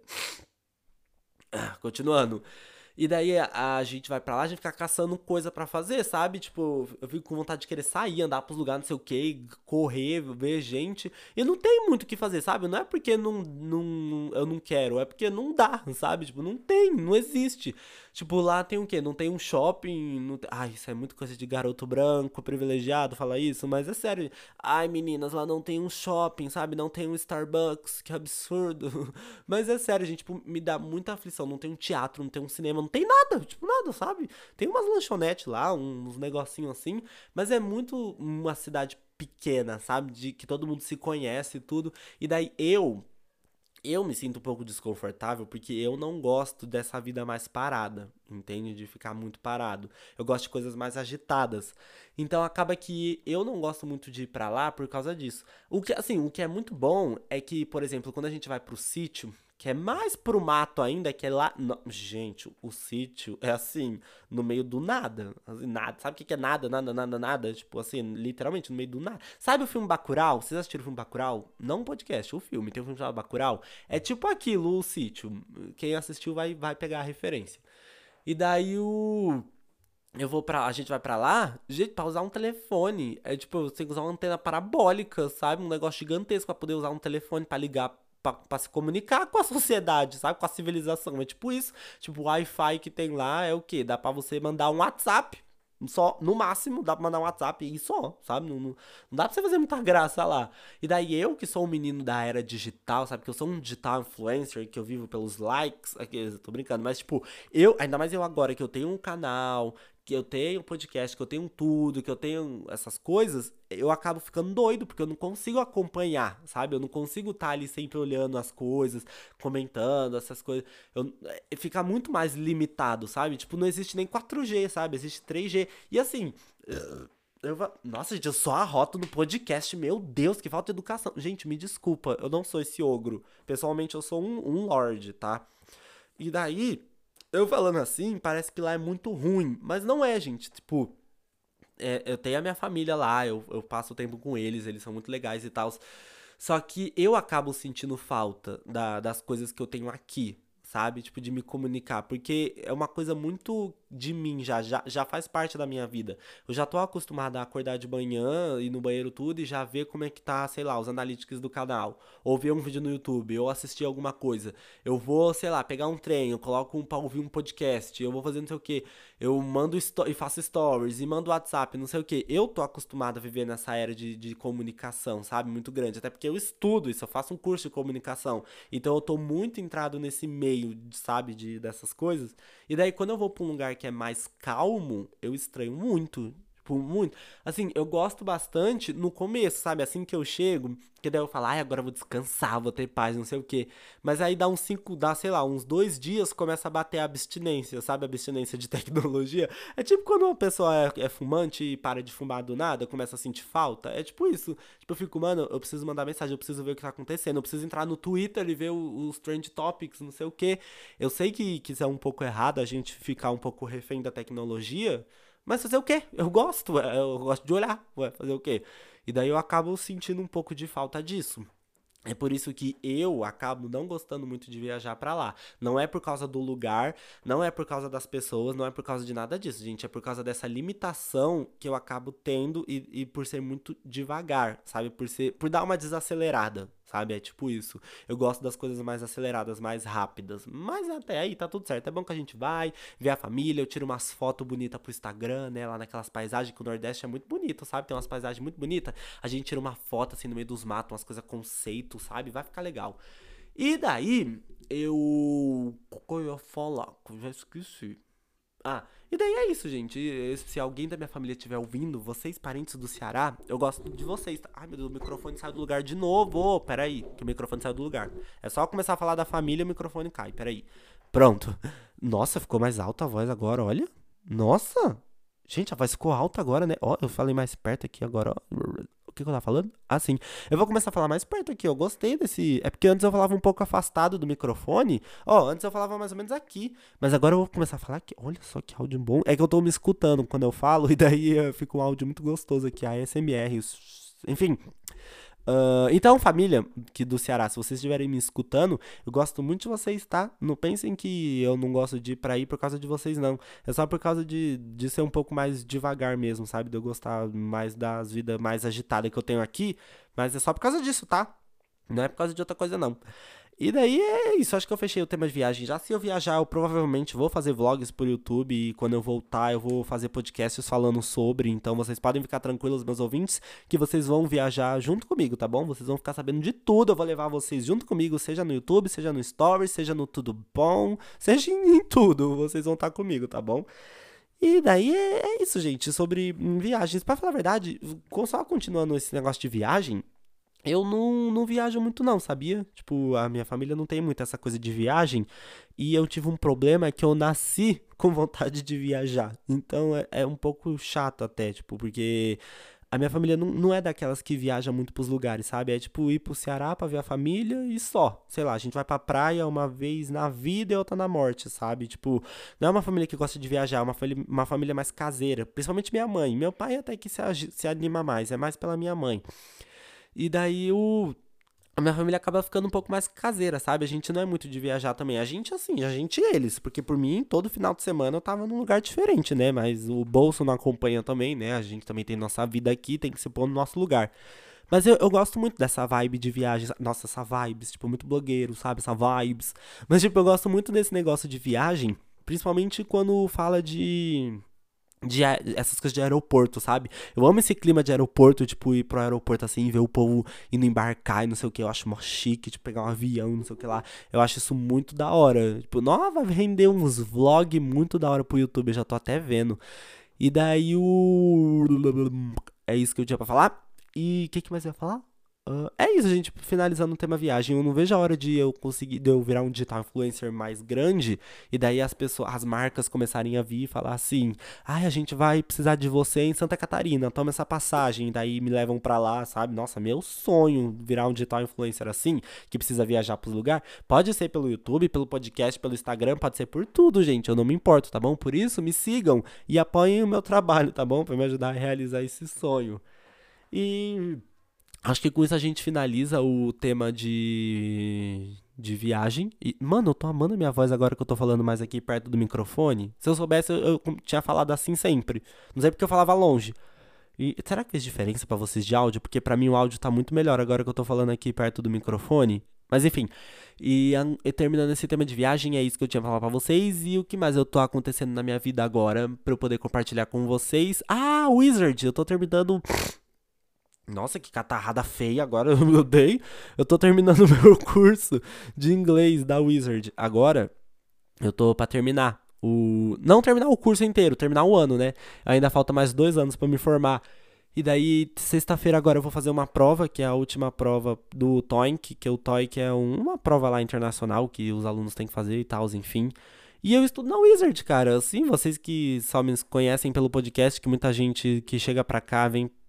Continuando. E daí a gente vai pra lá, a gente fica caçando coisa pra fazer, sabe? Tipo, eu fico com vontade de querer sair, andar pros lugares, não sei o que, correr, ver gente. E não tem muito o que fazer, sabe? Não é porque eu não quero, é porque não dá, sabe? Tipo, não tem, não existe. Tipo, lá tem o quê? Não tem um shopping. Ai, isso é muito coisa de garoto branco, privilegiado, falar isso, mas é sério. Ai, meninas, lá não tem um shopping, sabe? Não tem um Starbucks, que absurdo. Mas é sério, gente, tipo, me dá muita aflição. Não tem um teatro, não tem um cinema, não tem nada, tipo, nada, sabe? Tem umas lanchonetes lá, uns negocinhos assim, mas é muito uma cidade pequena, sabe? De que todo mundo se conhece e tudo. E daí eu me sinto um pouco desconfortável porque eu não gosto dessa vida mais parada, entende? De ficar muito parado. Eu gosto de coisas mais agitadas. Então acaba que eu não gosto muito de ir pra lá por causa disso. O que, assim, o que é muito bom é que, por exemplo, quando a gente vai pro sítio, que é mais pro mato ainda, que é lá. Gente, o sítio é assim, no meio do nada. Assim, nada. Sabe o que que é nada, nada, nada, nada? Tipo assim, literalmente no meio do nada. Sabe o filme Bacurau? Vocês assistiram o filme Bacurau? Não um podcast, o filme. Tem um filme chamado Bacurau. É tipo aquilo, o sítio. Quem assistiu vai pegar a referência. E daí o. A gente vai pra lá, gente, pra usar um telefone. É tipo, você tem que usar uma antena parabólica, sabe? Um negócio gigantesco pra poder usar um telefone pra ligar. Pra se comunicar com a sociedade, sabe? Com a civilização. É tipo isso. Tipo, o Wi-Fi que tem lá é o quê? Dá pra você mandar um WhatsApp. Só, no máximo, dá pra mandar um WhatsApp e só, sabe? Não dá pra você fazer muita graça lá. E daí eu, que sou um menino da era digital, sabe? Que eu sou um digital influencer, que eu vivo pelos likes. Aqui, tô brincando, mas tipo, ainda mais eu agora que eu tenho um canal, que eu tenho podcast, que eu tenho tudo, que eu tenho essas coisas, eu acabo ficando doido, porque eu não consigo acompanhar, sabe? Eu não consigo estar ali sempre olhando as coisas, comentando essas coisas. Fica muito mais limitado, sabe? Tipo, não existe nem 4G, sabe? Existe 3G. E assim. Nossa, gente, eu só arroto no podcast. Meu Deus, que falta de educação. Gente, me desculpa, eu não sou esse ogro. Pessoalmente, eu sou um lord, tá? E daí, eu falando assim, parece que lá é muito ruim. Mas não é, gente. Tipo, eu tenho a minha família lá, eu passo o tempo com eles são muito legais e tal. Só que eu acabo sentindo falta das coisas que eu tenho aqui, sabe? Tipo, de me comunicar. Porque é uma coisa muito de mim já faz parte da minha vida. Eu já tô acostumado a acordar de manhã, ir no banheiro tudo e já ver como é que tá, sei lá, os analytics do canal. Ou ver um vídeo no YouTube, ou assistir alguma coisa. Eu vou, sei lá, pegar um trem, eu coloco pra ouvir um podcast, eu vou fazer não sei o que. Eu mando e faço stories e mando WhatsApp, não sei o que. Eu tô acostumado a viver nessa era de comunicação, sabe? Muito grande. Até porque eu estudo isso, eu faço um curso de comunicação. Então eu tô muito entrado nesse meio, sabe? Dessas coisas. E daí quando eu vou pra um lugar que é mais calmo, eu estranho muito. Tipo, muito. Assim, eu gosto bastante no começo, sabe? Assim que eu chego, que daí eu falo, ai, agora eu vou descansar, vou ter paz, não sei o quê. Mas aí sei lá, uns 2 dias começa a bater a abstinência, sabe? A abstinência de tecnologia. É tipo quando uma pessoa é fumante e para de fumar do nada, começa a sentir falta. É tipo isso. Tipo, eu fico, mano, eu preciso mandar mensagem, eu preciso ver o que tá acontecendo, eu preciso entrar no Twitter e ver os trend topics, não sei o quê. Eu sei que isso é um pouco errado, a gente ficar um pouco refém da tecnologia. Mas fazer o quê? Eu gosto de olhar, ué, fazer o quê? E daí eu acabo sentindo um pouco de falta disso. É por isso que eu acabo não gostando muito de viajar pra lá. Não é por causa do lugar, não é por causa das pessoas, não é por causa de nada disso, gente. É por causa dessa limitação que eu acabo tendo e por ser muito devagar, sabe? Por dar uma desacelerada, sabe? É tipo isso. Eu gosto das coisas mais aceleradas, mais rápidas. Mas até aí tá tudo certo. É bom que a gente vai, vê a família, eu tiro umas fotos bonitas pro Instagram, né? Lá naquelas paisagens que o Nordeste é muito bonito, sabe? Tem umas paisagens muito bonitas. A gente tira uma foto assim no meio dos matos, umas coisas conceito, sabe? Vai ficar legal. E daí, eu. O que eu ia falar? Que eu já esqueci. Ah, e daí é isso, gente. Se alguém da minha família estiver ouvindo, vocês, parentes do Ceará, eu gosto de vocês. Tá? Ai, meu Deus, o microfone saiu do lugar de novo. Ô, peraí, que o microfone saiu do lugar. É só começar a falar da família, o microfone cai. Peraí. Pronto. Nossa, ficou mais alta a voz agora, olha. Nossa. Gente, a voz ficou alta agora, né? Ó, eu falei mais perto aqui agora, ó. O que eu tava falando? Ah, sim. Eu vou começar a falar mais perto aqui. Eu gostei desse. É porque antes eu falava um pouco afastado do microfone. Ó, antes eu falava mais ou menos aqui. Mas agora eu vou começar a falar aqui. Olha só que áudio bom. É que eu tô me escutando quando eu falo. E daí fica um áudio muito gostoso aqui. A ASMR. Enfim. Então, família que do Ceará, se vocês estiverem me escutando, eu gosto muito de vocês, tá? Não pensem que eu não gosto de ir pra aí por causa de vocês, não. É só por causa de ser um pouco mais devagar mesmo, sabe? De eu gostar mais das vidas mais agitadas que eu tenho aqui. Mas é só por causa disso, tá? Não é por causa de outra coisa, não. E daí é isso, acho que eu fechei o tema de viagem. Já se eu viajar, eu provavelmente vou fazer vlogs por YouTube e quando eu voltar eu vou fazer podcasts falando sobre. Então vocês podem ficar tranquilos, meus ouvintes, que vocês vão viajar junto comigo, tá bom? Vocês vão ficar sabendo de tudo. Eu vou levar vocês junto comigo, seja no YouTube, seja no Stories, seja no Tudo Bom, seja em tudo. Vocês vão estar comigo, tá bom? E daí é isso, gente, sobre viagens. Pra falar a verdade, só continuando esse negócio de viagem. Eu não viajo muito não, sabia? Tipo, a minha família não tem muito essa coisa de viagem. E eu tive um problema que eu nasci com vontade de viajar. Então é um pouco chato até, tipo, porque a minha família não é daquelas que viaja muito pros lugares, sabe? É tipo ir pro Ceará pra ver a família e só. Sei lá, a gente vai pra praia uma vez na vida e outra na morte, sabe? Tipo, não é uma família que gosta de viajar, é uma família mais caseira. Principalmente minha mãe. Meu pai até que se anima mais, é mais pela minha mãe. E daí a minha família acaba ficando um pouco mais caseira, sabe? A gente não é muito de viajar também. A gente, assim, a gente e eles. Porque por mim, todo final de semana eu tava num lugar diferente, né? Mas o bolso não acompanha também, né? A gente também tem nossa vida aqui, tem que se pôr no nosso lugar. Mas eu gosto muito dessa vibe de viagens. Nossa, essa vibes, tipo, muito blogueiro, sabe? Essa vibes. Mas, tipo, eu gosto muito desse negócio de viagem. Principalmente quando fala essas coisas de aeroporto, sabe? Eu amo esse clima de aeroporto, tipo, ir pro aeroporto assim, ver o povo indo embarcar e não sei o que. Eu acho mó chique, tipo, pegar um avião, não sei o que lá. Eu acho isso muito da hora. Tipo, nossa, vai render uns vlog muito da hora pro YouTube, eu já tô até vendo. E daí o. É isso que eu tinha pra falar. E o que mais eu ia falar? É isso, gente. Finalizando o tema viagem. Eu não vejo a hora de eu virar um digital influencer mais grande e daí as pessoas, as marcas começarem a vir e falar assim: ai, a gente vai precisar de você em Santa Catarina, toma essa passagem. E daí me levam pra lá, sabe? Nossa, meu sonho virar um digital influencer assim, que precisa viajar pros lugares. Pode ser pelo YouTube, pelo podcast, pelo Instagram, pode ser por tudo, gente. Eu não me importo, tá bom? Por isso, me sigam e apoiem o meu trabalho, tá bom? Pra me ajudar a realizar esse sonho. E acho que com isso a gente finaliza o tema de viagem. E, mano, eu tô amando a minha voz agora que eu tô falando mais aqui perto do microfone. Se eu soubesse, eu tinha falado assim sempre. Não sei porque eu falava longe. E será que fez diferença pra vocês de áudio? Porque pra mim o áudio tá muito melhor agora que eu tô falando aqui perto do microfone. Mas enfim, e terminando esse tema de viagem, é isso que eu tinha pra falar pra vocês. E o que mais eu tô acontecendo na minha vida agora pra eu poder compartilhar com vocês? Ah, Wizard! Eu tô terminando. Nossa, que catarrada feia agora eu dei. Eu tô terminando o meu curso de inglês da Wizard. Agora, eu tô pra terminar. Não terminar o curso inteiro, terminar o ano, né? Ainda falta mais 2 anos pra me formar. E daí, sexta-feira agora eu vou fazer uma prova, que é a última prova do TOEIC, que o TOEIC é uma prova lá internacional que os alunos têm que fazer e tal, enfim. E eu estudo na Wizard, cara. Assim, vocês que só me conhecem pelo podcast, que muita gente que chega pra cá vem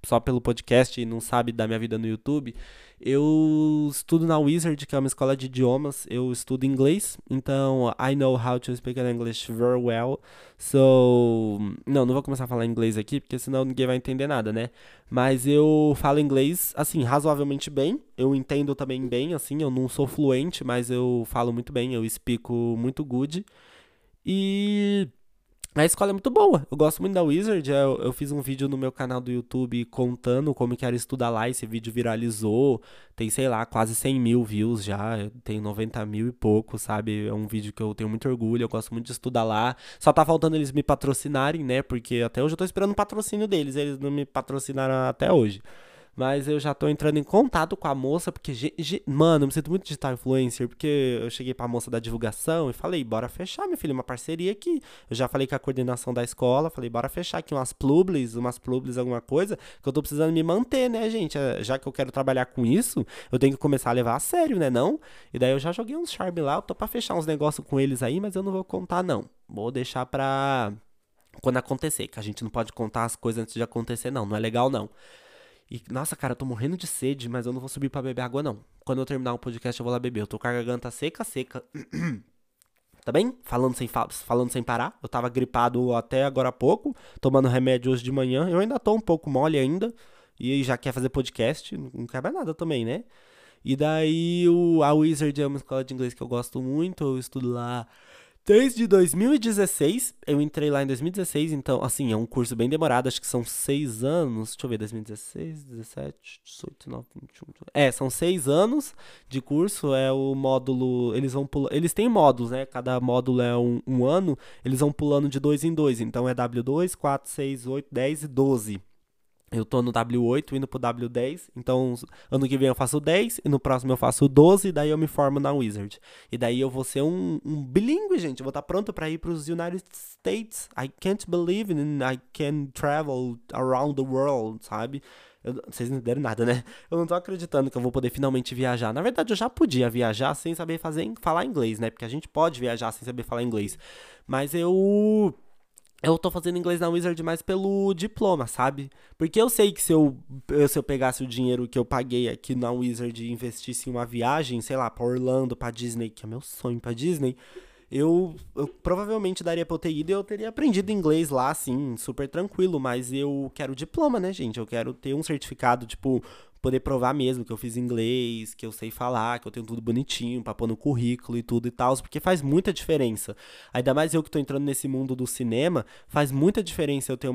só pelo podcast e não sabe da minha vida no YouTube, eu estudo na Wizard, que é uma escola de idiomas. Eu estudo inglês, então I know how to speak English very well. So, não vou começar a falar inglês aqui, porque senão ninguém vai entender nada, né? Mas eu falo inglês, assim, razoavelmente bem. Eu entendo também bem, assim, eu não sou fluente, mas eu falo muito bem, eu explico muito good. E a escola é muito boa. Eu gosto muito da Wizard. Eu fiz um vídeo no meu canal do YouTube contando como que era estudar lá. Esse vídeo viralizou. Tem, sei lá, quase 100 mil views já. Tem 90 mil e pouco, sabe? É um vídeo que eu tenho muito orgulho. Eu gosto muito de estudar lá. Só tá faltando eles me patrocinarem, né? Porque até hoje eu tô esperando o patrocínio deles. Eles não me patrocinaram até hoje. Mas eu já tô entrando em contato com a moça, porque, mano, eu me sinto muito digital influencer, porque eu cheguei pra moça da divulgação e falei, bora fechar, meu filho, uma parceria aqui. Eu já falei com a coordenação da escola, falei, bora fechar aqui umas publis, alguma coisa, que eu tô precisando me manter, né, gente? Já que eu quero trabalhar com isso, eu tenho que começar a levar a sério, né, não? E daí eu já joguei uns charme lá, eu tô pra fechar uns negócios com eles aí, mas eu não vou contar, não. Vou deixar pra quando acontecer, que a gente não pode contar as coisas antes de acontecer, não é legal, não. E, nossa, cara, eu tô morrendo de sede, mas eu não vou subir pra beber água, não. Quando eu terminar o podcast, eu vou lá beber. Eu tô com a garganta seca. Tá bem? Falando sem parar. Eu tava gripado até agora há pouco, tomando remédio hoje de manhã. Eu ainda tô um pouco mole ainda. E já quer fazer podcast, não quer mais nada também, né? E daí a Wizard é uma escola de inglês que eu gosto muito. Eu estudo lá desde 2016, eu entrei lá em 2016, então, assim, é um curso bem demorado, acho que são 6 anos, deixa eu ver, 2016, 17, 18, 19, 21, são 6 anos de curso, é o módulo, eles têm módulos, né, cada módulo é um ano, eles vão pulando de 2 em 2, então é W2, 4, 6, 8, 10 e 12. Eu tô no W8 indo pro W10, então ano que vem eu faço 10 e no próximo eu faço 12 e daí eu me formo na Wizard. E daí eu vou ser um bilíngue, gente. Eu vou estar pronto pra ir pros United States. I can't believe I can travel around the world, sabe? Vocês não entenderam nada, né? Eu não tô acreditando que eu vou poder finalmente viajar. Na verdade, eu já podia viajar sem saber falar inglês, né? Porque a gente pode viajar sem saber falar inglês. Mas eu tô fazendo inglês na Wizard mais pelo diploma, sabe? Porque eu sei que se eu pegasse o dinheiro que eu paguei aqui na Wizard e investisse em uma viagem, sei lá, pra Orlando, pra Disney, que é meu sonho pra Disney, eu provavelmente daria pra eu ter ido e eu teria aprendido inglês lá, assim, super tranquilo. Mas eu quero diploma, né, gente? Eu quero ter um certificado, tipo, poder provar mesmo que eu fiz inglês, que eu sei falar, que eu tenho tudo bonitinho pra pôr no currículo e tudo e tal, porque faz muita diferença. Ainda mais eu que tô entrando nesse mundo do cinema, faz muita diferença eu ter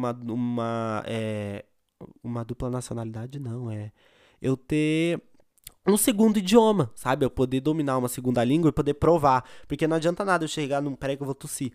uma dupla nacionalidade, não, eu ter um segundo idioma, sabe? Eu poder dominar uma segunda língua e poder provar. Porque não adianta nada eu chegar num... Peraí que eu vou tossir.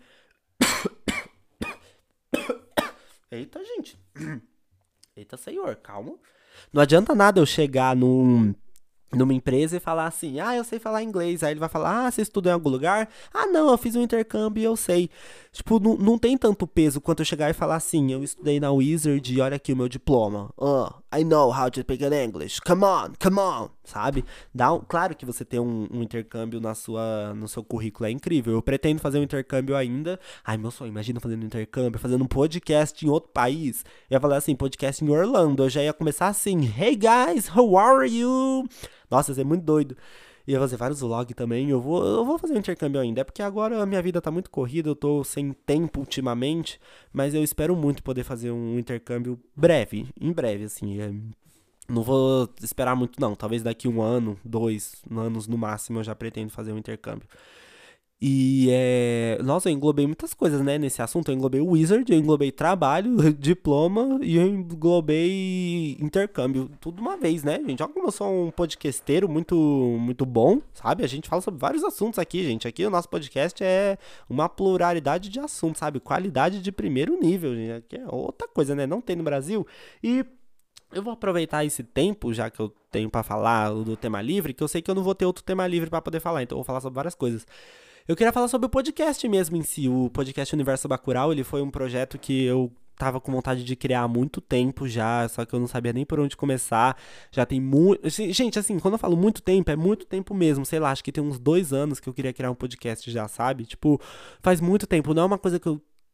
Eita, gente. Eita, senhor, calma. Não adianta nada eu chegar numa empresa e falar assim, eu sei falar inglês. Aí ele vai falar, você estudou em algum lugar? Ah, não, eu fiz um intercâmbio e eu sei. Tipo, não tem tanto peso quanto eu chegar e falar assim, eu estudei na Wizard e olha aqui o meu diploma. I know how to speak English. Come on, sabe? Claro que você ter um intercâmbio no seu currículo é incrível. Eu pretendo fazer um intercâmbio ainda. Ai, meu sonho, imagina fazendo um intercâmbio, fazendo um podcast em outro país. Eu ia falar assim, podcast em Orlando. Eu já ia começar assim, hey guys, how are you? Nossa, isso é muito doido. Ia fazer vários vlogs também. Eu vou fazer um intercâmbio ainda. É porque agora a minha vida tá muito corrida. Eu tô sem tempo ultimamente. Mas eu espero muito poder fazer um intercâmbio em breve, assim. Não vou esperar muito, não. Talvez daqui 1 ano, 2 anos no máximo, eu já pretendo fazer um intercâmbio. E nossa, eu englobei muitas coisas, né, nesse assunto. Eu englobei o Wizard, eu englobei trabalho, diploma e eu englobei intercâmbio. Tudo uma vez, né, gente? Olha como eu sou um podcasteiro muito, muito bom, sabe? A gente fala sobre vários assuntos aqui, gente. Aqui o nosso podcast é uma pluralidade de assuntos, sabe? Qualidade de primeiro nível, gente. Aqui é outra coisa, né? Não tem no Brasil. E eu vou aproveitar esse tempo, já que eu tenho pra falar do tema livre, que eu sei que eu não vou ter outro tema livre pra poder falar. Então eu vou falar sobre várias coisas. Eu queria falar sobre o podcast mesmo em si. O podcast Universo Bacurau, ele foi um projeto que eu tava com vontade de criar há muito tempo já, só que eu não sabia nem por onde começar. Já tem muito... Gente, assim, quando eu falo muito tempo, é muito tempo mesmo. Sei lá, acho que tem uns 2 anos que eu queria criar um podcast já, sabe? Tipo, faz muito tempo. Não é uma coisa que eu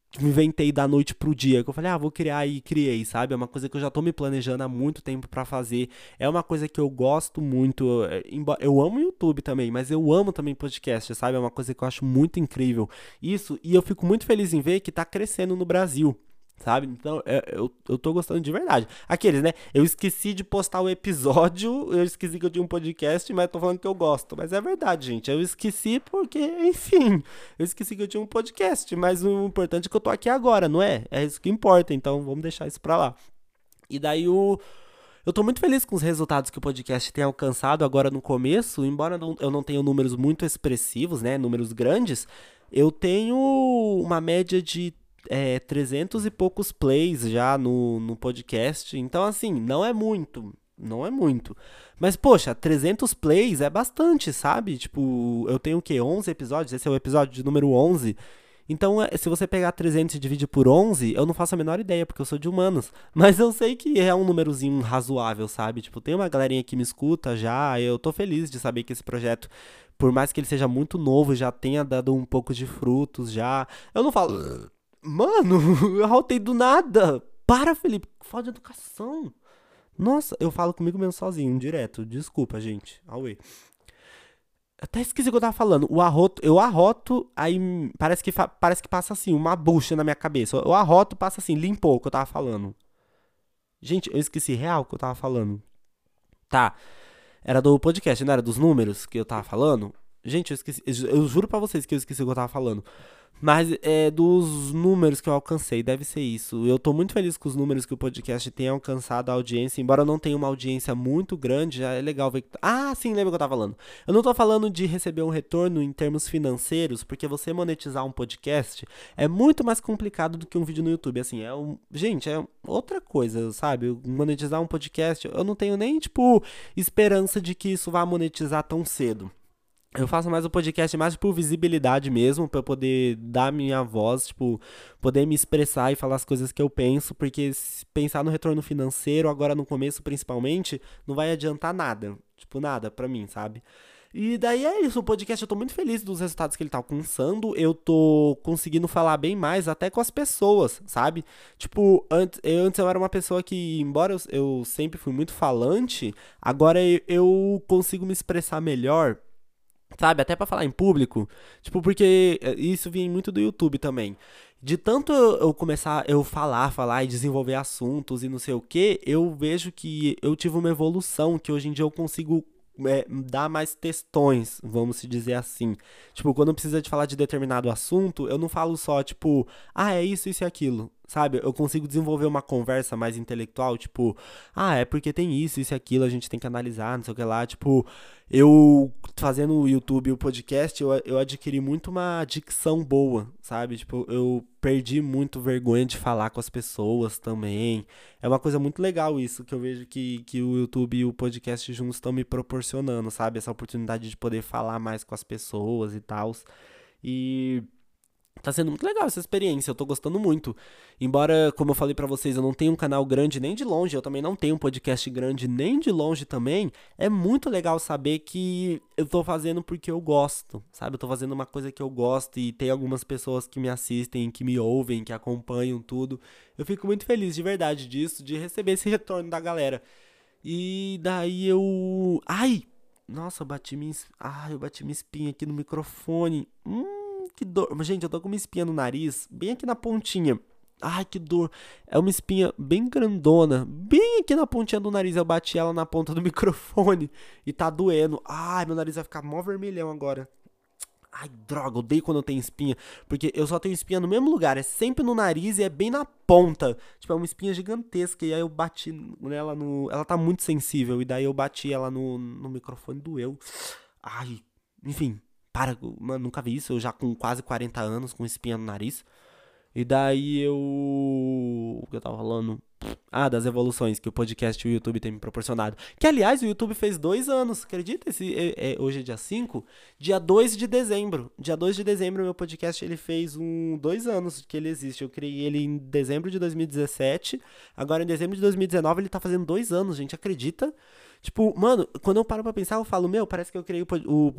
inventei da noite pro dia, que eu falei, vou criar e criei, sabe? É uma coisa que eu já tô me planejando há muito tempo pra fazer. É uma coisa que eu gosto muito. Eu amo YouTube também, mas eu amo também podcast, sabe? É uma coisa que eu acho muito incrível. Isso, e eu fico muito feliz em ver que tá crescendo no Brasil. Sabe? Então, eu tô gostando de verdade. Aqueles, né? Eu esqueci de postar o episódio, eu esqueci que eu tinha um podcast, mas tô falando que eu gosto. Mas é verdade, gente. Eu esqueci porque, enfim, eu esqueci que eu tinha um podcast. Mas o importante é que eu tô aqui agora, não é? É isso que importa. Então, vamos deixar isso pra lá. E daí eu tô muito feliz com os resultados que o podcast tem alcançado agora no começo, embora eu não tenha números muito expressivos, né? Números grandes, eu tenho uma média de 300 e poucos plays já no podcast. Então, assim, não é muito. Não é muito. Mas, poxa, 300 plays é bastante, sabe? Tipo, eu tenho o quê? 11 episódios? Esse é o episódio de número 11. Então, se você pegar 300 e dividir por 11, eu não faço a menor ideia, porque eu sou de humanos. Mas eu sei que é um númerozinho razoável, sabe? Tipo, tem uma galerinha que me escuta já, eu tô feliz de saber que esse projeto, por mais que ele seja muito novo, já tenha dado um pouco de frutos já. Eu não falo, mano, eu arrotei do nada. Para, Felipe, falta de educação. Nossa, eu falo comigo mesmo sozinho, direto. Desculpa, gente. Auê. Até esqueci o que eu tava falando. Eu arroto, aí parece que passa assim, uma bucha na minha cabeça. Eu arroto, passa assim, limpou o que eu tava falando. Gente, eu esqueci real o que eu tava falando. Tá, era do podcast, não era dos números que eu tava falando? Gente, eu esqueci. Eu juro pra vocês que eu esqueci o que eu tava falando. Mas dos números que eu alcancei, deve ser isso. Eu tô muito feliz com os números que o podcast tem alcançado a audiência. Embora eu não tenha uma audiência muito grande, já é legal ver que. Ah, sim, lembra o que eu tava falando. Eu não tô falando de receber um retorno em termos financeiros, porque você monetizar um podcast é muito mais complicado do que um vídeo no YouTube. Assim, gente, é outra coisa, sabe? Monetizar um podcast, eu não tenho nem, tipo, esperança de que isso vá monetizar tão cedo. Eu faço mais o podcast mais por visibilidade mesmo, pra eu poder dar minha voz, tipo, poder me expressar e falar as coisas que eu penso, porque se pensar no retorno financeiro, agora no começo principalmente, não vai adiantar nada, tipo, nada pra mim, sabe? E daí é isso, o podcast eu tô muito feliz dos resultados que ele tá alcançando, eu tô conseguindo falar bem mais até com as pessoas, sabe? Tipo, antes eu era uma pessoa que, embora eu sempre fui muito falante, agora eu consigo me expressar melhor, sabe, até pra falar em público, tipo, porque isso vem muito do YouTube também. De tanto eu começar, eu falar e desenvolver assuntos e não sei o que, eu vejo que eu tive uma evolução, que hoje em dia eu consigo dar mais textões, vamos se dizer assim. Tipo, quando precisa de falar de determinado assunto, eu não falo só, tipo, é isso e aquilo. Sabe, eu consigo desenvolver uma conversa mais intelectual, tipo, é porque tem isso e aquilo, a gente tem que analisar, não sei o que lá. Tipo, eu fazendo o YouTube e o podcast, eu adquiri muito uma dicção boa, sabe? Tipo, eu perdi muito vergonha de falar com as pessoas também. É uma coisa muito legal isso, que eu vejo que o YouTube e o podcast juntos estão me proporcionando, sabe? Essa oportunidade de poder falar mais com as pessoas e tal. E tá sendo muito legal essa experiência, eu tô gostando muito. Embora, como eu falei pra vocês, eu não tenho um canal grande nem de longe, eu também não tenho um podcast grande nem de longe também, é muito legal saber que eu tô fazendo porque eu gosto, sabe? Eu tô fazendo uma coisa que eu gosto e tem algumas pessoas que me assistem, que me ouvem, que acompanham tudo. Eu fico muito feliz de verdade disso, de receber esse retorno da galera. E daí eu... Ai! Nossa, eu bati minha espinha aqui no microfone. Que dor. Gente, eu tô com uma espinha no nariz, bem aqui na pontinha. Ai, que dor. É uma espinha bem grandona, bem aqui na pontinha do nariz. Eu bati ela na ponta do microfone e tá doendo. Ai, meu nariz vai ficar mó vermelhão agora. Ai, droga, eu odeio quando eu tenho espinha. Porque eu só tenho espinha no mesmo lugar. É sempre no nariz e é bem na ponta. Tipo, é uma espinha gigantesca. E aí eu bati nela no. Ela tá muito sensível. E daí eu bati ela no microfone, doeu. Ai, enfim. Para, mano, nunca vi isso. Eu já com quase 40 anos, com espinha no nariz. E daí eu. O que eu tava falando? Das evoluções que o podcast e o YouTube tem me proporcionado. Que, aliás, o YouTube fez 2 anos, acredita? Hoje é dia 5? Dia 2 de dezembro. Dia 2 de dezembro, meu podcast ele fez 2 anos que ele existe. Eu criei ele em dezembro de 2017. Agora, em dezembro de 2019, ele tá fazendo 2 anos, gente. Acredita? Tipo, mano, quando eu paro pra pensar, eu falo, meu, parece que eu criei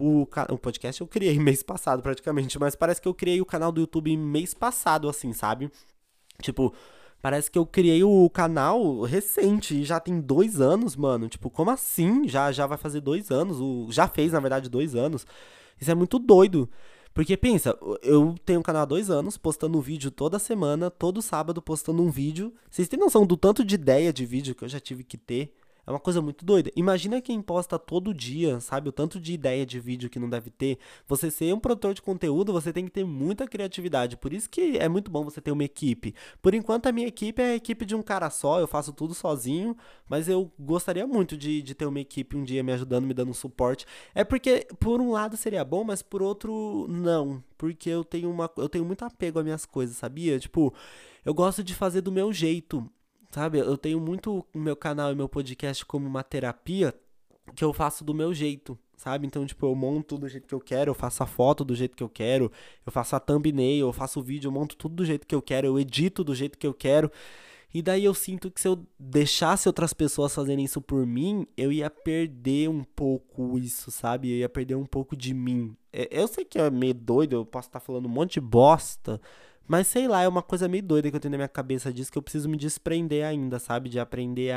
o podcast, eu criei mês passado praticamente, mas parece que eu criei o canal do YouTube mês passado, assim, sabe? Tipo, parece que eu criei o canal recente e já tem 2 anos, mano. Tipo, como assim? Já vai fazer 2 anos, já fez, na verdade, 2 anos. Isso é muito doido. Porque pensa, eu tenho um canal há 2 anos, postando um vídeo toda semana, todo sábado postando um vídeo. Vocês têm noção do tanto de ideia de vídeo que eu já tive que ter? É uma coisa muito doida. Imagina quem posta todo dia, sabe? O tanto de ideia de vídeo que não deve ter. Você ser um produtor de conteúdo, você tem que ter muita criatividade. Por isso que é muito bom você ter uma equipe. Por enquanto, a minha equipe é a equipe de um cara só, eu faço tudo sozinho. Mas eu gostaria muito de ter uma equipe um dia me ajudando, me dando um suporte. É porque, por um lado, seria bom, mas por outro, não. Porque eu tenho muito apego às minhas coisas, sabia? Tipo, eu gosto de fazer do meu jeito. Sabe, eu tenho muito o meu canal e meu podcast como uma terapia que eu faço do meu jeito, sabe? Então, tipo, eu monto do jeito que eu quero, eu faço a foto do jeito que eu quero, eu faço a thumbnail, eu faço o vídeo, eu monto tudo do jeito que eu quero, eu edito do jeito que eu quero. E daí eu sinto que se eu deixasse outras pessoas fazerem isso por mim, eu ia perder um pouco isso, sabe? Eu ia perder um pouco de mim. Eu sei que é meio doido, eu posso estar falando um monte de bosta, mas sei lá, é uma coisa meio doida que eu tenho na minha cabeça disso que eu preciso me desprender ainda, sabe? De aprender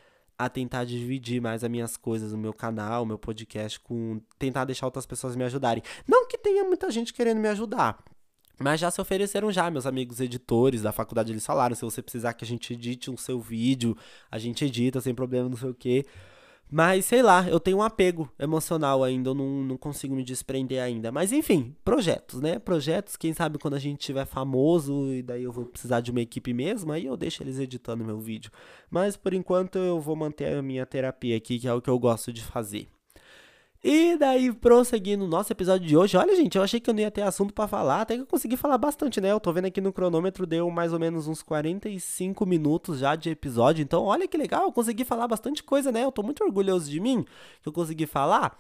a tentar dividir mais as minhas coisas, o meu canal, o meu podcast, com tentar deixar outras pessoas me ajudarem. Não que tenha muita gente querendo me ajudar. Mas já se ofereceram já, meus amigos editores da faculdade, eles falaram, se você precisar que a gente edite um seu vídeo, a gente edita sem problema, não sei o quê. Mas, sei lá, eu tenho um apego emocional ainda, eu não consigo me desprender ainda. Mas, enfim, projetos, né? Projetos, quem sabe quando a gente tiver famoso e daí eu vou precisar de uma equipe mesmo, aí eu deixo eles editando meu vídeo. Mas, por enquanto, eu vou manter a minha terapia aqui, que é o que eu gosto de fazer. E daí, prosseguindo o nosso episódio de hoje, olha, gente, eu achei que eu não ia ter assunto pra falar, até que eu consegui falar bastante, né? Eu tô vendo aqui no cronômetro, deu mais ou menos uns 45 minutos já de episódio, então olha que legal, eu consegui falar bastante coisa, né? Eu tô muito orgulhoso de mim que eu consegui falar.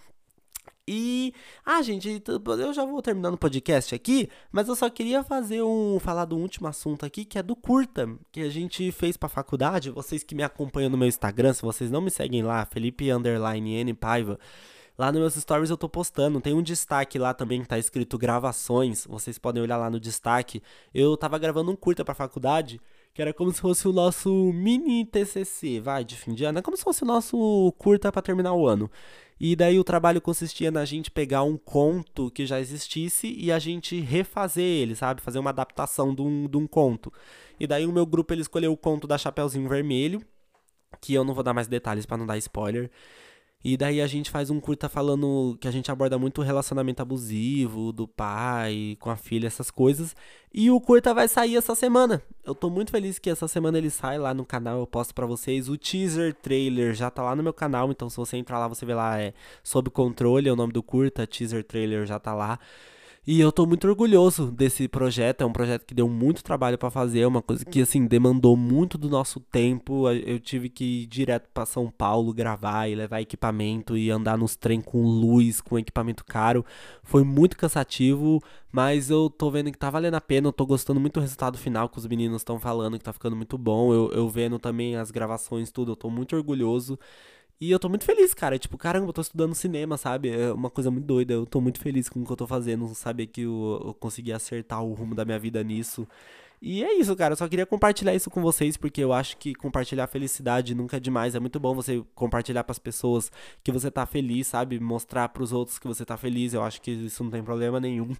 E, gente, eu já vou terminando o podcast aqui, mas eu só queria falar do último assunto aqui, que é do curta, que a gente fez pra faculdade. Vocês que me acompanham no meu Instagram, se vocês não me seguem lá, Felipe_N Paiva, lá nos meus stories eu tô postando, tem um destaque lá também que tá escrito gravações, vocês podem olhar lá no destaque. Eu tava gravando um curta pra faculdade, que era como se fosse o nosso mini TCC, de fim de ano, é como se fosse o nosso curta pra terminar o ano. E daí o trabalho consistia na gente pegar um conto que já existisse e a gente refazer ele, sabe? Fazer uma adaptação de um conto. E daí o meu grupo ele escolheu o conto da Chapeuzinho Vermelho, que eu não vou dar mais detalhes pra não dar spoiler. E daí a gente faz um curta falando que a gente aborda muito o relacionamento abusivo do pai com a filha, essas coisas. E o curta vai sair essa semana. Eu tô muito feliz que essa semana ele sai lá no canal, eu posto pra vocês. O teaser trailer já tá lá no meu canal, então se você entrar lá, você vê lá, Sob Controle, é o nome do curta, teaser trailer já tá lá. E eu tô muito orgulhoso desse projeto, é um projeto que deu muito trabalho pra fazer, é uma coisa que, assim, demandou muito do nosso tempo. Eu tive que ir direto pra São Paulo gravar e levar equipamento e andar nos trem com luz, com equipamento caro. Foi muito cansativo, mas eu tô vendo que tá valendo a pena, eu tô gostando muito do resultado final que os meninos estão falando, que tá ficando muito bom. Eu vendo também as gravações, tudo, eu tô muito orgulhoso. E eu tô muito feliz, cara. Tipo, caramba, eu tô estudando cinema, sabe? É uma coisa muito doida. Eu tô muito feliz com o que eu tô fazendo. Saber que eu consegui acertar o rumo da minha vida nisso. E é isso, cara. Eu só queria compartilhar isso com vocês, porque eu acho que compartilhar felicidade nunca é demais. É muito bom você compartilhar pras pessoas que você tá feliz, sabe? Mostrar pros outros que você tá feliz. Eu acho que isso não tem problema nenhum.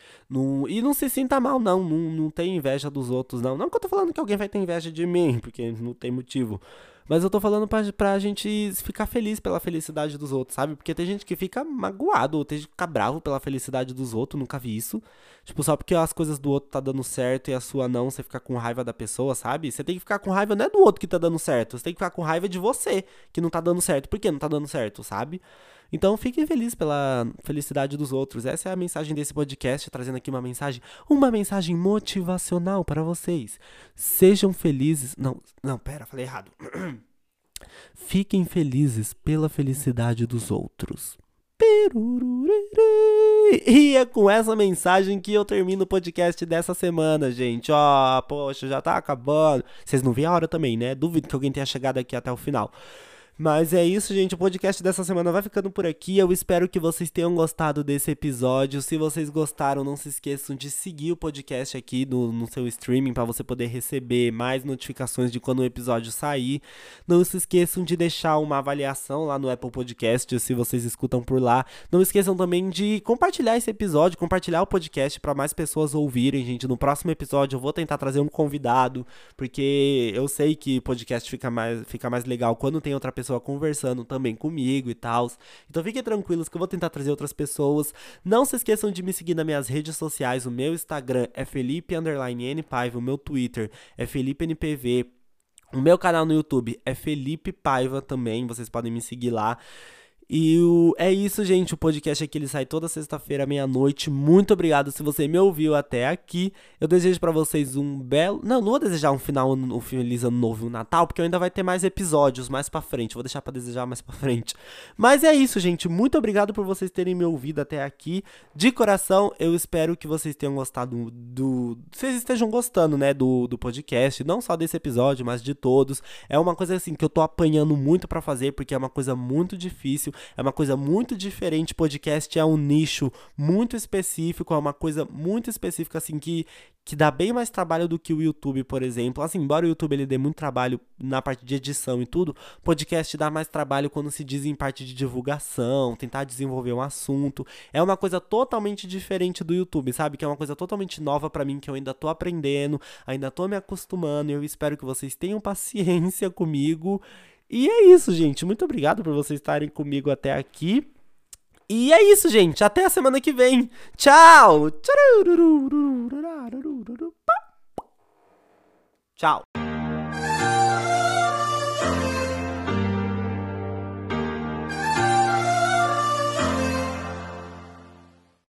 E não se sinta mal, não tem inveja dos outros, não. Não que eu tô falando que alguém vai ter inveja de mim, porque não tem motivo. Mas eu tô falando pra gente ficar feliz pela felicidade dos outros, sabe? Porque tem gente que fica magoado, ou tem gente que fica bravo pela felicidade dos outros, nunca vi isso. Tipo, só porque as coisas do outro tá dando certo e a sua não, você fica com raiva da pessoa, sabe? Você tem que ficar com raiva não é do outro que tá dando certo, você tem que ficar com raiva de você que não tá dando certo. Por que não tá dando certo, sabe? Então fiquem felizes pela felicidade dos outros. Essa é a mensagem desse podcast, trazendo aqui uma mensagem motivacional para vocês. Sejam felizes. Não, pera, falei errado. Fiquem felizes pela felicidade dos outros. E é com essa mensagem que eu termino o podcast dessa semana, gente. Poxa, já tá acabando. Vocês não viram a hora também, né? Duvido que alguém tenha chegado aqui até o final. Mas é isso, gente. O podcast dessa semana vai ficando por aqui. Eu espero que vocês tenham gostado desse episódio. Se vocês gostaram, não se esqueçam de seguir o podcast aqui no seu streaming para você poder receber mais notificações de quando o episódio sair. Não se esqueçam de deixar uma avaliação lá no Apple Podcast, se vocês escutam por lá. Não esqueçam também de compartilhar esse episódio, compartilhar o podcast para mais pessoas ouvirem, gente. No próximo episódio eu vou tentar trazer um convidado, porque eu sei que podcast fica mais legal quando tem outra pessoa conversando também comigo e tal. Então fiquem tranquilos que eu vou tentar trazer outras pessoas. Não se esqueçam de me seguir nas minhas redes sociais. O meu Instagram é Felipe_N_Paiva, o meu Twitter é FelipeNPV. O meu canal no YouTube é Felipe Paiva também, vocês podem me seguir lá. E é isso, gente. O podcast aqui ele sai toda sexta-feira, meia-noite. Muito obrigado se você me ouviu até aqui. Eu desejo pra vocês um belo... Não vou desejar um feliz ano novo e um Natal, porque ainda vai ter mais episódios mais pra frente. Vou deixar pra desejar mais pra frente. Mas é isso, gente. Muito obrigado por vocês terem me ouvido até aqui. De coração, eu espero que vocês tenham gostado Vocês estejam gostando, né, do podcast. Não só desse episódio, mas de todos. É uma coisa assim que eu tô apanhando muito pra fazer, porque é uma coisa muito difícil. É uma coisa muito diferente, podcast é um nicho muito específico, é uma coisa muito específica, assim, que dá bem mais trabalho do que o YouTube, por exemplo. Assim, embora o YouTube ele dê muito trabalho na parte de edição e tudo, podcast dá mais trabalho quando se diz em parte de divulgação, tentar desenvolver um assunto. É uma coisa totalmente diferente do YouTube, sabe? Que é uma coisa totalmente nova pra mim, que eu ainda tô aprendendo, ainda tô me acostumando, e eu espero que vocês tenham paciência comigo. E é isso, gente. Muito obrigado por vocês estarem comigo até aqui. E é isso, gente. Até a semana que vem. Tchau! Tchau!